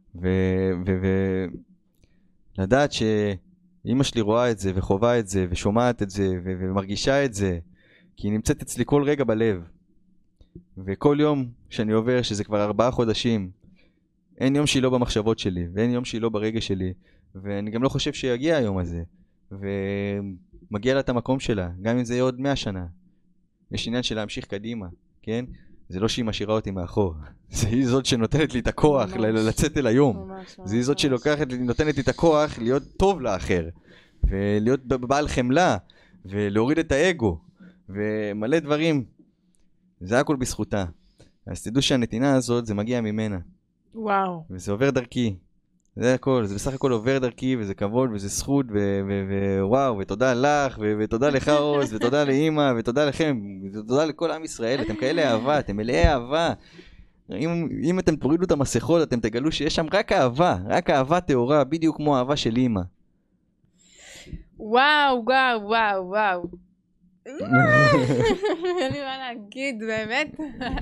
ולדעת שאמא שלי רואה את זה וחובה את זה ושומעת את זה ו- ומרגישה את זה, כי היא נמצאת אצלי כל רגע בלב. וכל יום שאני עובר, שזה כבר ארבעה חודשים, אין יום שהיא לא במחשבות שלי, ואין יום שהיא לא ברגע שלי, ואני גם לא חושב שיגיע היום הזה, ומגיע לה את המקום שלה, גם אם זה יהיה עוד מאה שנה. יש עניין של להמשיך קדימה, כן? זה לא שהיא משאירה אותי מאחור, זה היא זאת שנותנת לי את הכוח ל- לצאת אל היום. ממש, זה היא זאת שלוקחת, נותנת לי את הכוח להיות טוב לאחר, ולהיות בעל חמלה, ולהוריד את האגו, ומלא דברים. זה הכל בזכותה. אז תדעו שהנתינה הזאת, זה מגיע ממנה. וואו. וזה עובר דרכי. זה הכל, זה בסך הכל עובר דרכי, וזה כבוד, וזה זכות, ווואו, ותודה לך, ותודה לך עוז, ותודה לאמא, ותודה לכם, ותודה לכל עם ישראל, אתם כאלה אהבה, אתם מלאי אהבה. אם, אם אתם תורידו את המסכות, אתם תגלו שיש שם רק אהבה, רק אהבה טהורה, בדיוק כמו אהבה של אמא. וואו, וואו, וואו, וואו. אין לי מה להגיד, באמת.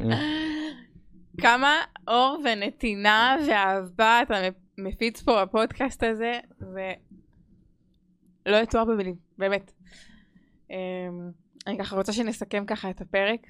כמה אור ונתינה ואהבה אתה מפיץ פה בפודקאסט הזה, ולא יתואר במילים, באמת. אני ככה רוצה שנסכם ככה את הפרק,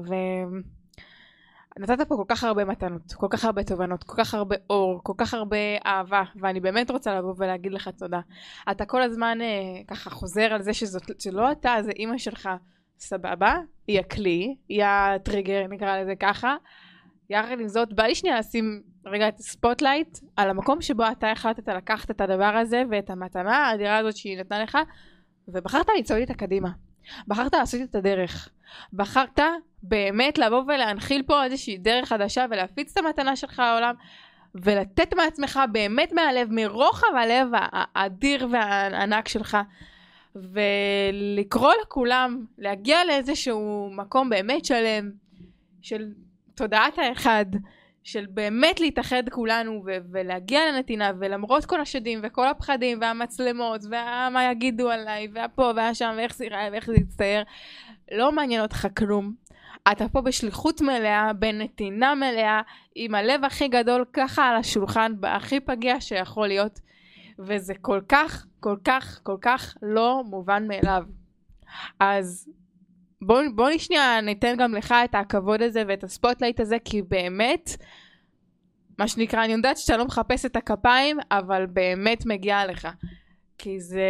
ונתת פה כל כך הרבה מתנות, כל כך הרבה תובנות, כל כך הרבה אור, כל כך הרבה אהבה, ואני באמת רוצה לבוא ולהגיד לך תודה. אתה כל הזמן ככה חוזר על זה שזאת, שלא אתה, זה אמא שלך, סבבה, היא הכלי, היא הטריגר, נקרא לזה ככה. יחד עם זאת, בא לי שנייה לשים רגע את הספוטלייט על המקום שבו אתה החלטת לקחת את הדבר הזה ואת המתנה האדירה הזאת שהיא נתנה לך, ובחרת לצעוד איתה קדימה. בחרת לעשות את הדרך. בחרת באמת לבוא ולהנחיל פה איזושהי דרך חדשה ולהפיץ את המתנה שלך לעולם, ולתת מעצמך באמת מהלב, מרוחב הלב האדיר והענק שלך, ולקרוא לכולם, להגיע לאיזשהו מקום באמת שלם, של תודעת האחד, של באמת להתאחד כולנו ו- ולהגיע לנתינה, ולמרות כל השדים וכל הפחדים והמצלמות ומה יגידו עליי והפה והשם ואיך זה יראה ואיך זה יצטייר, לא מעניין אותך כלום. אתה פה בשליחות מלאה, בנתינה מלאה, עם הלב הכי גדול ככה על השולחן, בהכי פגיע שיכול להיות, וזה כל כך, כל כך, כל כך לא מובן מאליו. אז בוא, בוא נשנייה, ניתן גם לך את הכבוד הזה ואת הספוטלייט הזה, כי באמת, מה שנקרא, אני יודעת שאתה לא מחפש את הכפיים, אבל באמת מגיע לך. כי זה...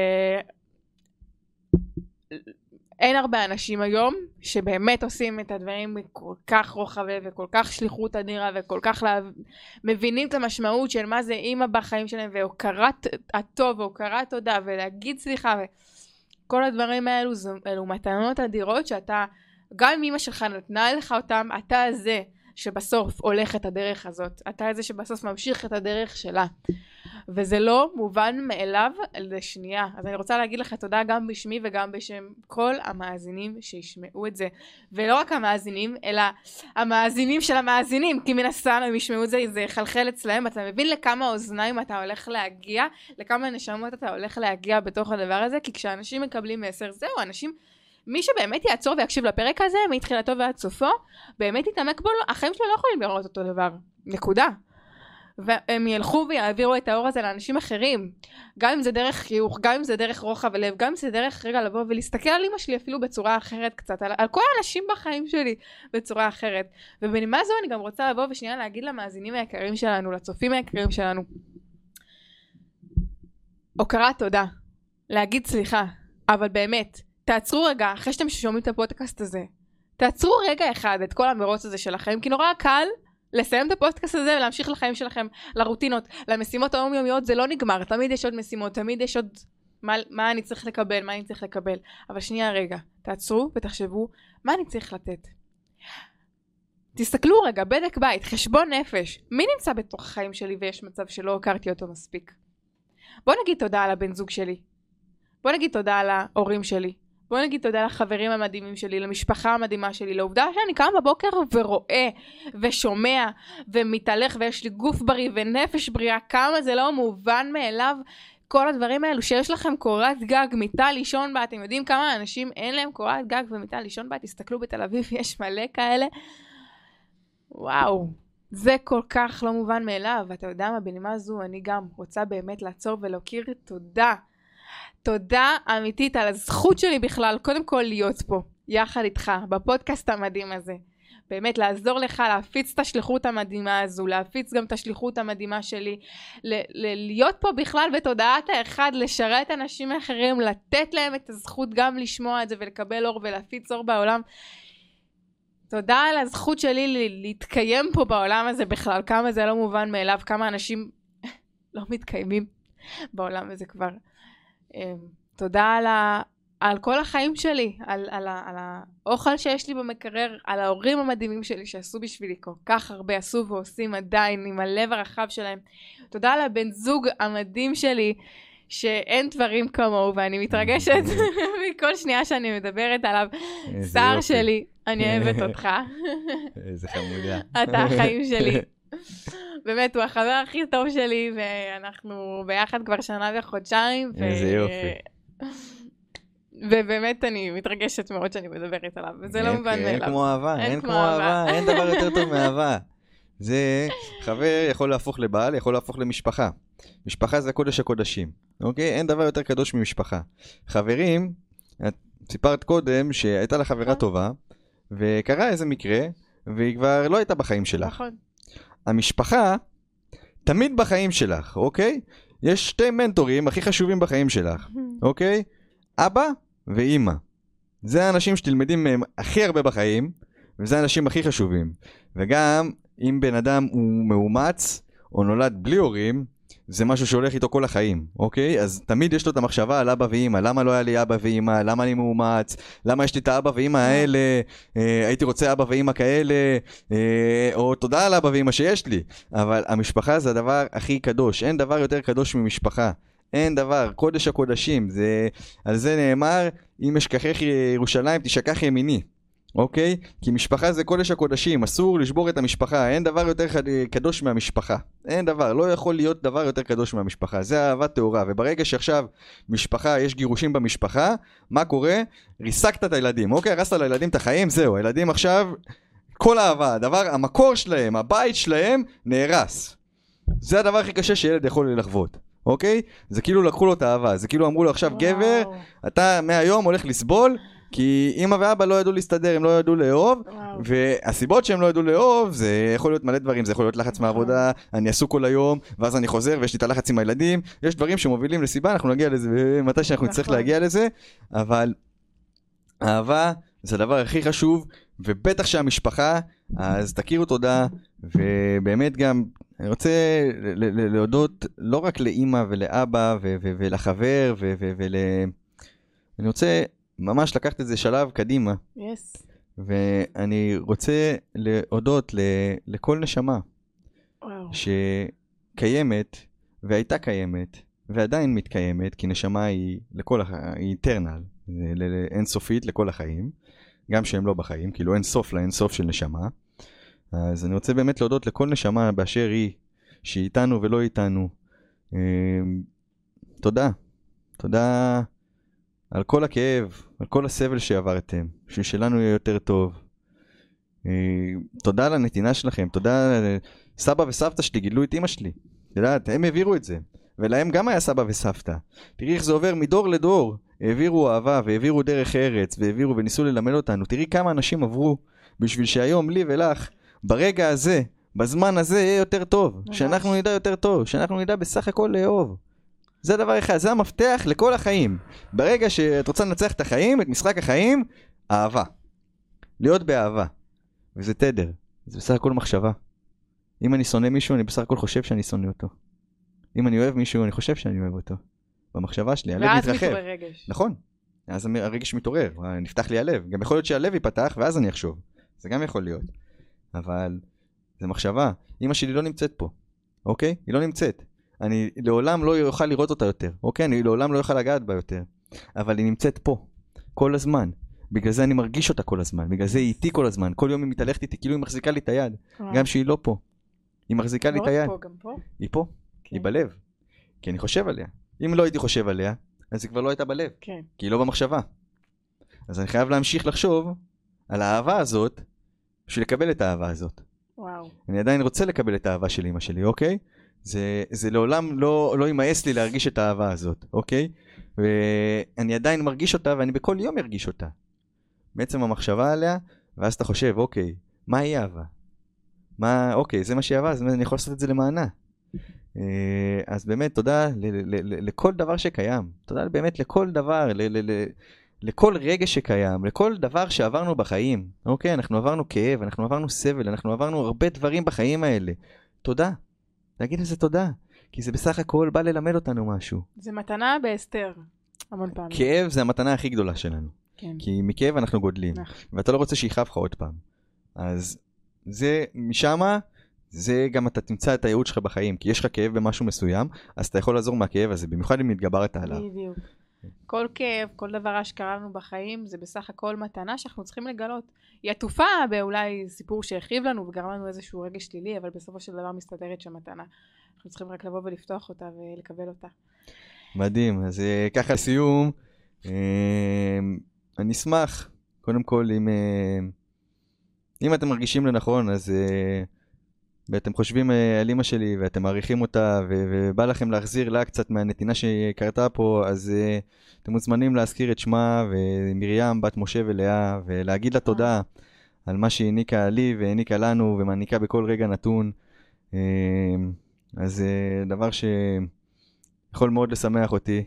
אין הרבה אנשים היום שבאמת עושים את הדברים כל כך רוחבי וכל כך שליחות אדירה וכל כך לה... מבינים את המשמעות של מה זה אימא בחיים שלהם, והוקרת הטוב והוקרת תודה ולהגיד סליחה וכל הדברים האלו, אלו מתנות אדירות שאתה, גם אם אמא שלך נתנה לך אותם, אתה זה שבסוף הולך את הדרך הזאת, אתה זה שבסוף ממשיך את הדרך שלה, וזה לא מובן מאליו לשנייה. אז אני רוצה להגיד לך תודה גם בשמי וגם בשם כל המאזינים שישמעו את זה, ולא רק המאזינים אלא המאזינים של המאזינים, כי מן הסתם הם ישמעו את זה, זה יחלחל אצלהם. אתה מבין לכמה אוזניים אתה הולך להגיע, לכמה נשמות אתה הולך להגיע בתוך הדבר הזה, כי כשאנשים מקבלים מסר, זהו, אנשים, מי שבאמת יעצור ויקשיב לפרק הזה מתחילתו ועד סופו, באמת יתעמק בו, החיים שלו לא יכולים לראות אותו דבר, נקודה. והם ילכו ויעבירו את האור הזה לאנשים אחרים, גם אם זה דרך חיוך, גם אם זה דרך רוחב הלב, גם אם זה דרך רגע לבוא ולהסתכל על אמא שלי אפילו בצורה אחרת קצת, על, על כל האנשים בחיים שלי בצורה אחרת. ובנימה זו אני גם רוצה לבוא ושנייה להגיד למאזינים היקרים שלנו, לצופים היקרים שלנו, הוקרת תודה, להגיד סליחה, אבל באמת, תעצרו רגע, אחרי שאתם שומעים את הפודקאסט הזה, תעצרו רגע אחד את כל המרוץ הזה של החיים, כי נורא קל לסיים את הפודקאסט הזה ולהמשיך לחיים שלכם, לרוטינות, למשימות היומיומיות. זה לא נגמר, תמיד יש עוד משימות, תמיד יש עוד מה, מה אני צריך לקבל, מה אני צריך לקבל. אבל שנייה רגע, תעצרו ותחשבו מה אני צריך לתת. תסתכלו רגע, בדק בית, חשבון נפש, מי נמצא בתוך החיים שלי ויש מצב שלא הכרתי אותו מספיק? בוא נגיד תודה על הבן זוג שלי, בוא נגיד תודה על ההורים שלי, בוא נגיד תודה לחברים המדהימים שלי, למשפחה המדהימה שלי, לעובדה שאני קם בבוקר ורואה ושומע ומתהלך ויש לי גוף בריא ונפש בריאה, כמה זה לא מובן מאליו כל הדברים האלו, שיש לכם קורת גג, מיטה לישון בה. אתם יודעים כמה אנשים אין להם קורת גג ומיטה לישון בה? תסתכלו בתל אביב, יש מלא כאלה. וואו, זה כל כך לא מובן מאליו. ואתה יודע מה, בנימה זו אני גם רוצה באמת לעצור ולהכיר תודה. תודה אמיתית על הזכות שלי בכלל, קודם כל להיות פה, יחד איתך, בפודקאסט המדהים הזה. באמת לעזור לך להפיץ את השליחות המדהימה הזו, להפיץ גם את השליחות המדהימה שלי, ל- ל- להיות פה בכלל בתודעת האחד, לשרת אנשים אחרים, לתת להם את הזכות גם לשמוע את זה ולקבל אור ולהפיץ אור בעולם. תודה על הזכות שלי להתקיים פה בעולם הזה בכלל, כמה זה לא מובן מאליו, כמה אנשים לא מתקיימים בעולם הזה כבר. תודה על, ה, על כל החיים שלי, על, על, על האוכל שיש לי במקרר, על ההורים המדהימים שלי שעשו בשבילי כל כך הרבה, עשו ועושים עדיין עם הלב הרחב שלהם. תודה על הבן זוג המדהים שלי, שאין דברים כמוהו, ואני מתרגשת מכל שנייה שאני מדברת עליו. שר שלי, אני אוהבת אותך. איזה חמודה. אתה החיים שלי. באמת, הוא החבר הכי טוב שלי, ואנחנו ביחד כבר שנה וחודשיים. איזה יופי. ובאמת אני מתרגשת מאוד שאני מדברת עליו, וזה לא מובן מאליו. אין כמו אהבה, אין כמו אהבה, אין דבר יותר טוב מאהבה. זה חבר יכול להפוך לבעל, יכול להפוך למשפחה. משפחה זה הקודש הקודשים, אוקיי? אין דבר יותר קדוש ממשפחה. חברים, את סיפרת קודם שהייתה לה חברה טובה, וקרה איזה מקרה, והיא כבר לא הייתה בחיים שלך. נכון. המשפחה תמיד בחיים שלך, אוקיי? יש שתי מנטורים הכי חשובים בחיים שלך, אוקיי? אבא ואמא. זה האנשים שתלמדים מהם הכי הרבה בחיים, וזה האנשים הכי חשובים. וגם אם בן אדם הוא מאומץ או נולד בלי הורים, זה משהו שהולך איתו כל החיים, אוקיי? אז תמיד יש לו את המחשבה על אבא ואמא, למה לא היה לי אבא ואמא, למה אני מאומץ, למה יש לי את האבא ואמא האלה, אה, הייתי רוצה אבא ואמא כאלה, אה, או תודה על אבא ואמא שיש לי. אבל המשפחה זה הדבר הכי קדוש, אין דבר יותר קדוש ממשפחה. אין דבר, קודש הקודשים, זה, על זה נאמר, אם אשכחך ירושלים תשכח ימיני. אוקיי? כי משפחה זה קודש הקודשים, אסור לשבור את המשפחה, אין דבר יותר קדוש מהמשפחה, אין דבר, לא יכול להיות דבר יותר קדוש מהמשפחה, זה אהבת תאורה. וברגע שעכשיו משפחה, יש גירושים במשפחה, מה קורה? ריסקת את הילדים, אוקיי? הרסת לילדים את החיים, זהו, הילדים עכשיו, כל אהבה, הדבר, המקור שלהם, הבית שלהם, נהרס. זה הדבר הכי קשה שילד יכול לחוות. אוקיי? זה כאילו לקחו לו את האהבה, זה כאילו אמרו לו עכשיו, גבר, אתה מהיום הולך לסבול, כי אמא ואבא לא ידעו להסתדר, הם לא ידעו לאהוב, והסיבות שהם לא ידעו לאהוב, זה יכול להיות מלא דברים, זה יכול להיות לחץ מהעבודה, אני עסוק כל היום, ואז אני חוזר ויש לי את הלחץ עם הילדים, יש דברים שמובילים לסיבה, אנחנו נגיע לזה, מתי שאנחנו נצטרך להגיע לזה, אבל אהבה זה הדבר הכי חשוב, ובטח שהמשפחה, אז תכירו תודה, ובאמת גם, אני רוצה להודות לא רק לאמא ולאבא ולחבר, ואני רוצה ממש לקחת את זה שלב קדימה. Yes. ואני רוצה להודות ל, לכל נשמה וואו. שקיימת והייתה קיימת ועדיין מתקיימת, כי נשמה היא לכל הח... היא איטרנל, אין סופית לכל החיים, גם שהם לא בחיים, כאילו אין סוף לאין סוף של נשמה. אז אני רוצה באמת להודות לכל נשמה באשר היא, שהיא איתנו ולא איתנו. תודה. תודה על כל הכאב, על כל הסבל שעברתם, בשביל שלנו יהיה יותר טוב. תודה על הנתינה שלכם, תודה סבא וסבתא שלי, גידלו את אמא שלי. יודעת, הם העבירו את זה, ולהם גם היה סבא וסבתא. תראי איך זה עובר מדור לדור. העבירו אהבה והעבירו דרך ארץ, והעבירו וניסו ללמד אותנו. תראי כמה אנשים עברו בשביל שהיום לי ולך, ברגע הזה, בזמן הזה יהיה יותר טוב. ממש. שאנחנו נדע יותר טוב, שאנחנו נדע בסך הכל לאהוב. זה דבר אחד, זה המפתח לכל החיים. ברגע שאת רוצה לנצח את החיים, את משחק החיים, אהבה. להיות באהבה. וזה תדר. זה בסך הכל מחשבה. אם אני שונא מישהו, אני בסך הכל חושב שאני שונא אותו. אם אני אוהב מישהו, אני חושב שאני אוהב אותו. במחשבה שלי, הלב מתרחב. ואז מתעורר רגש. נכון. אז הרגש מתעורר, נפתח לי הלב. גם יכול להיות שהלב ייפתח, ואז אני אחשוב. זה גם יכול להיות. אבל זה מחשבה. אמא שלי לא נמצאת פה. אוקיי? היא לא נמצאת. אני לעולם לא יוכל לראות אותה יותר. אוקיי? אני לעולם לא יוכל לגעת בה יותר. אבל היא נמצאת פה. כל הזמן. בגלל זה אני מרגיש אותה כל הזמן. בגלל זה היא איתי כל הזמן. כל יום היא מתהלכת איתי, כאילו היא מחזיקה לי את היד. גם שהיא לא פה. היא מחזיקה לי את היד. פה, גם פה? היא פה. היא בלב. כי אני חושב עליה. אם לא הייתי חושב עליה, אז היא כבר לא הייתה בלב. כן. כי היא לא במחשבה. אז אני חייב להמשיך לחשוב על האהבה הזאת, בשביל לקבל את האהבה הזאת. וואו. אני עדיין רוצה לקבל את האהבה של אמא שלי, אוקיי? זה, זה לעולם לא, לא ימאס לי להרגיש את האהבה הזאת, אוקיי? ואני עדיין מרגיש אותה, ואני בכל יום ארגיש אותה. בעצם המחשבה עליה, ואז אתה חושב, אוקיי, מה היא אהבה? מה, אוקיי, זה מה שהיא אהבה, אז אני יכול לעשות את זה למענה. אז באמת תודה ל- ל- ל- לכל דבר שקיים, תודה באמת לכל דבר, ל- ל- ל- לכל רגע שקיים, לכל דבר שעברנו בחיים. אוקיי, אנחנו עברנו כאב, אנחנו עברנו סבל, אנחנו עברנו הרבה דברים בחיים האלה. תודה, להגיד לזה תודה, כי זה בסך הכל בא ללמד אותנו משהו. זה מתנה בהסתר, המון פעמים. כאב זה המתנה הכי גדולה שלנו, כן. כי מכאב אנחנו גודלים, נכון. ואתה לא רוצה שיחב לך עוד פעם. אז זה משמה, זה גם אתה תמצא את הייעוד שלך בחיים, כי יש לך כאב במשהו מסוים, אז אתה יכול לעזור מהכאב הזה, במיוחד אם התגברת עליו. בדיוק. כל כאב, כל דבר שקרה לנו בחיים, זה בסך הכל מתנה שאנחנו צריכים לגלות. היא עטופה באולי סיפור שהרחיב לנו וגרם לנו איזשהו רגש שלילי, אבל בסופו של דבר מסתדרת שם מתנה. אנחנו צריכים רק לבוא ולפתוח אותה ולקבל אותה. מדהים, אז ככה לסיום, אני אשמח, קודם כל, אם, אם אתם מרגישים לנכון, אז ואתם חושבים על אמא שלי ואתם מעריכים אותה ובא לכם להחזיר לה קצת מהנתינה שקרתה פה, אז אתם מוזמנים להזכיר את שמה ומרים בת משה ולאה ולהגיד לה תודה על מה שהיא העניקה לי והעניקה לנו ומעניקה בכל רגע נתון. אז זה דבר שיכול מאוד לשמח אותי.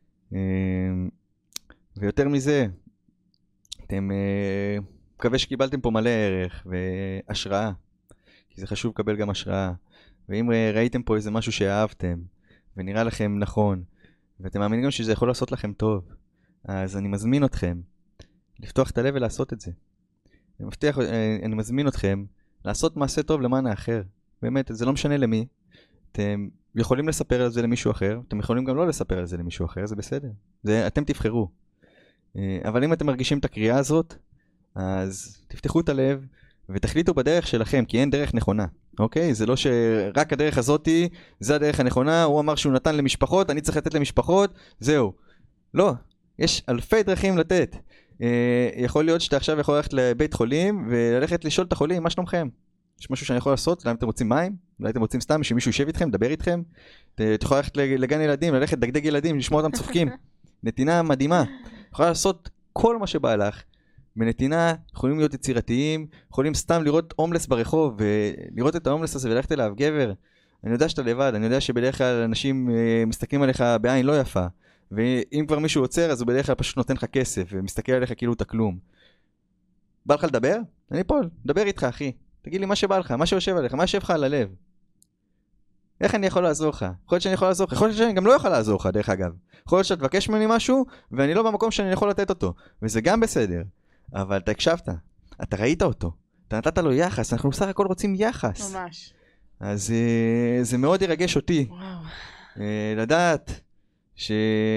ויותר מזה, אתם מקווה שקיבלתם פה מלא ערך והשראה, כי זה חשוב לקבל גם השראה. ואם ראיתם פה איזה משהו שאהבתם ונראה לכם נכון ואתם מאמינים גם שזה יכול לעשות לכם טוב, אז אני מזמין אתכם לפתוח את הלב ולעשות את זה. אני מבטיח, אני מזמין אתכם לעשות מעשה טוב למען האחר. באמת, זה לא משנה למי. אתם יכולים לספר על זה למישהו אחר, אתם יכולים גם לא לספר על זה למישהו אחר, זה בסדר. זה, אתם תבחרו. אבל אם אתם מרגישים את הקריאה הזאת, אז תפתחו את הלב ותחליטו בדרך שלכם, כי אין דרך נכונה. אוקיי? זה לא שרק הדרך הזאת זה הדרך הנכונה, הוא אמר שהוא נתן למשפחות, אני צריך לתת למשפחות, זהו. לא, יש אלפי דרכים לתת. יכול להיות שאתה עכשיו יכול ללכת לבית חולים וללכת לשאול את החולים, מה שלומכם? יש משהו שאני יכול לעשות? אולי אתם רוצים מים? אולי אתם רוצים סתם שמישהו יישב איתכם, דבר איתכם? אתה יכול ללכת לגן ילדים, ללכת דגדג ילדים, לשמוע אותם צוחקים. נתינה מדהימה. יכולה לעשות כל מה שבא לך. בנתינה יכולים להיות יצירתיים, יכולים סתם לראות הומלס ברחוב ולראות את ההומלס הזה וללכת אליו, גבר. אני יודע שאתה לבד, אני יודע שבדרך כלל אנשים מסתכלים עליך בעין לא יפה. ואם כבר מישהו עוצר, אז הוא בדרך כלל פשוט נותן לך כסף ומסתכל עליך כאילו אתה כלום. בא לך לדבר? אני פה, דבר איתך אחי. תגיד לי מה שבא לך, מה שיושב עליך, מה יושב לך על הלב. איך אני יכול לעזור לך? יכול להיות שאני יכול לעזור לך, יכול להיות שאני גם לא יכול לעזור לך, דרך אגב. יכול להיות שאתה תבקש ממני משהו, ואני לא במקום שאני יכול לתת אותו. וזה גם בסדר. אבל אתה הקשבת. אתה ראית אותו, אתה נתת לו יחס, אנחנו בסך הכל רוצים יחס. ממש. אז uh, זה מאוד ירגש אותי. וואו. Uh, לדעת ש...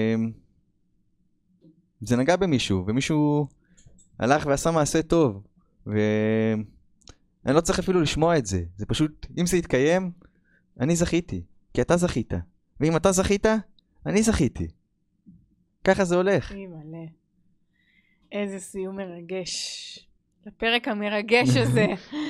זה נגע במישהו, ומישהו הלך ועשה מעשה טוב, ואני לא צריך אפילו לשמוע את זה. זה פשוט, אם זה יתקיים, אני זכיתי, כי אתה זכית. ואם אתה זכית, אני זכיתי. ככה זה הולך. אי מלא. איזה סיום מרגש. לפרק המרגש הזה.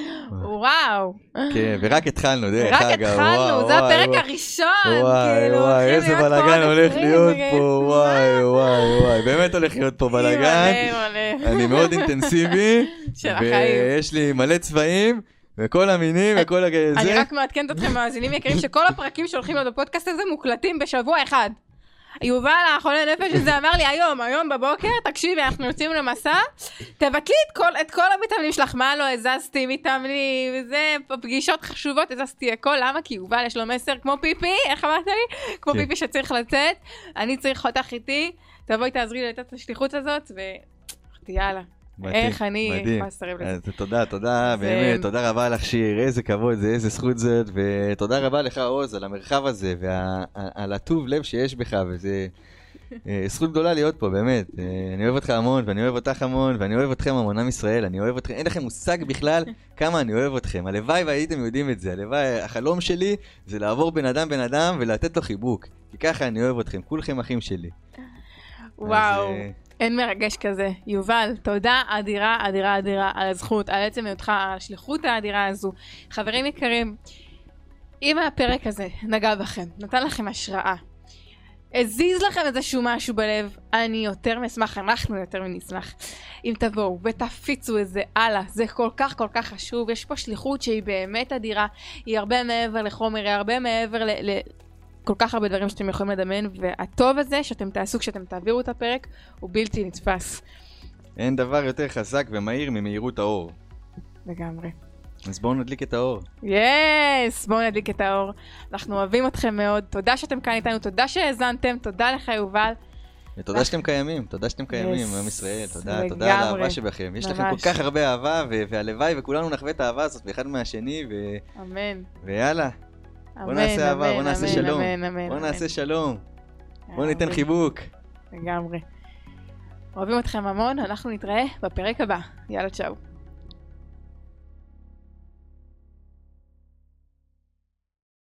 וואו. כן, ורק התחלנו, דרך אגב. רק התחלנו, זה הפרק הראשון. וואי, וואי, איזה בלגן הולך להיות פה, וואי, וואי, וואי. באמת הולך להיות פה בלגן. אני מאוד אינטנסיבי. של החיים. ויש לי מלא צבעים, וכל המינים, וכל הגזע. אני רק מעדכנת אתכם, מאזינים יקרים, שכל הפרקים שהולכים להיות בפודקאסט הזה מוקלטים בשבוע אחד. יובל, החולה נפש הזה, אמר לי היום, היום בבוקר, תקשיבי, אנחנו יוצאים למסע, תבטלי את כל, את כל המתאמנים שלך, מה לא הזזתי מתאמני, וזה, פגישות חשובות, הזזתי הכל, למה? כי יובל יש לו מסר כמו פיפי, איך אמרת לי? כמו פיפי שצריך לצאת, אני צריך אותך איתי, תבואי תעזרי לי לתת את השליחות הזאת, ויאללה. איך אני יכולה לסרב לזה. תודה, תודה, באמת, תודה רבה לך שיר, איזה כבוד זה, איזה זכות זאת, ותודה רבה לך עוז על המרחב הזה, ועל הטוב לב שיש בך, וזה זכות גדולה להיות פה, באמת. אני אוהב אותך המון, ואני אוהב אותך המון, ואני אוהב אתכם המון, עם ישראל, אני אוהב אתכם, אין לכם מושג בכלל כמה אני אוהב אתכם. הלוואי והייתם יודעים את זה, הלוואי, החלום שלי זה לעבור בן אדם בן אדם ולתת לו חיבוק, כי ככה אני אוהב אתכם, כולכם אחים שלי. וואו. אין מרגש כזה. יובל, תודה אדירה, אדירה, אדירה על הזכות, על עצם היותך, על השליחות האדירה הזו. חברים יקרים, אם הפרק הזה נגע בכם, נתן לכם השראה, הזיז לכם איזשהו משהו בלב, אני יותר משמח, אנחנו יותר מנשמח. אם תבואו ותפיצו את זה הלאה, זה כל כך כל כך חשוב, יש פה שליחות שהיא באמת אדירה, היא הרבה מעבר לחומר, היא הרבה מעבר ל... ל... כל כך הרבה דברים שאתם יכולים לדמיין, והטוב הזה שאתם תעשו כשאתם תעבירו את הפרק, הוא בלתי נתפס. אין דבר יותר חזק ומהיר ממהירות האור. לגמרי. אז בואו נדליק את האור. יס, בואו נדליק את האור. אנחנו אוהבים אתכם מאוד, תודה שאתם כאן איתנו, תודה שהאזנתם, תודה לך יובל. ותודה שאתם קיימים, תודה שאתם קיימים, עם ישראל, תודה, תודה על האהבה שבכם. יש לכם כל כך הרבה אהבה, והלוואי, וכולנו נחווה את האהבה הזאת באחד מהשני, אמן. ויאללה. בוא נעשה אהבה, בוא נעשה שלום, בוא נעשה שלום, בוא ניתן חיבוק. לגמרי. אוהבים אתכם המון, אנחנו נתראה בפרק הבא. יאללה, צ'או.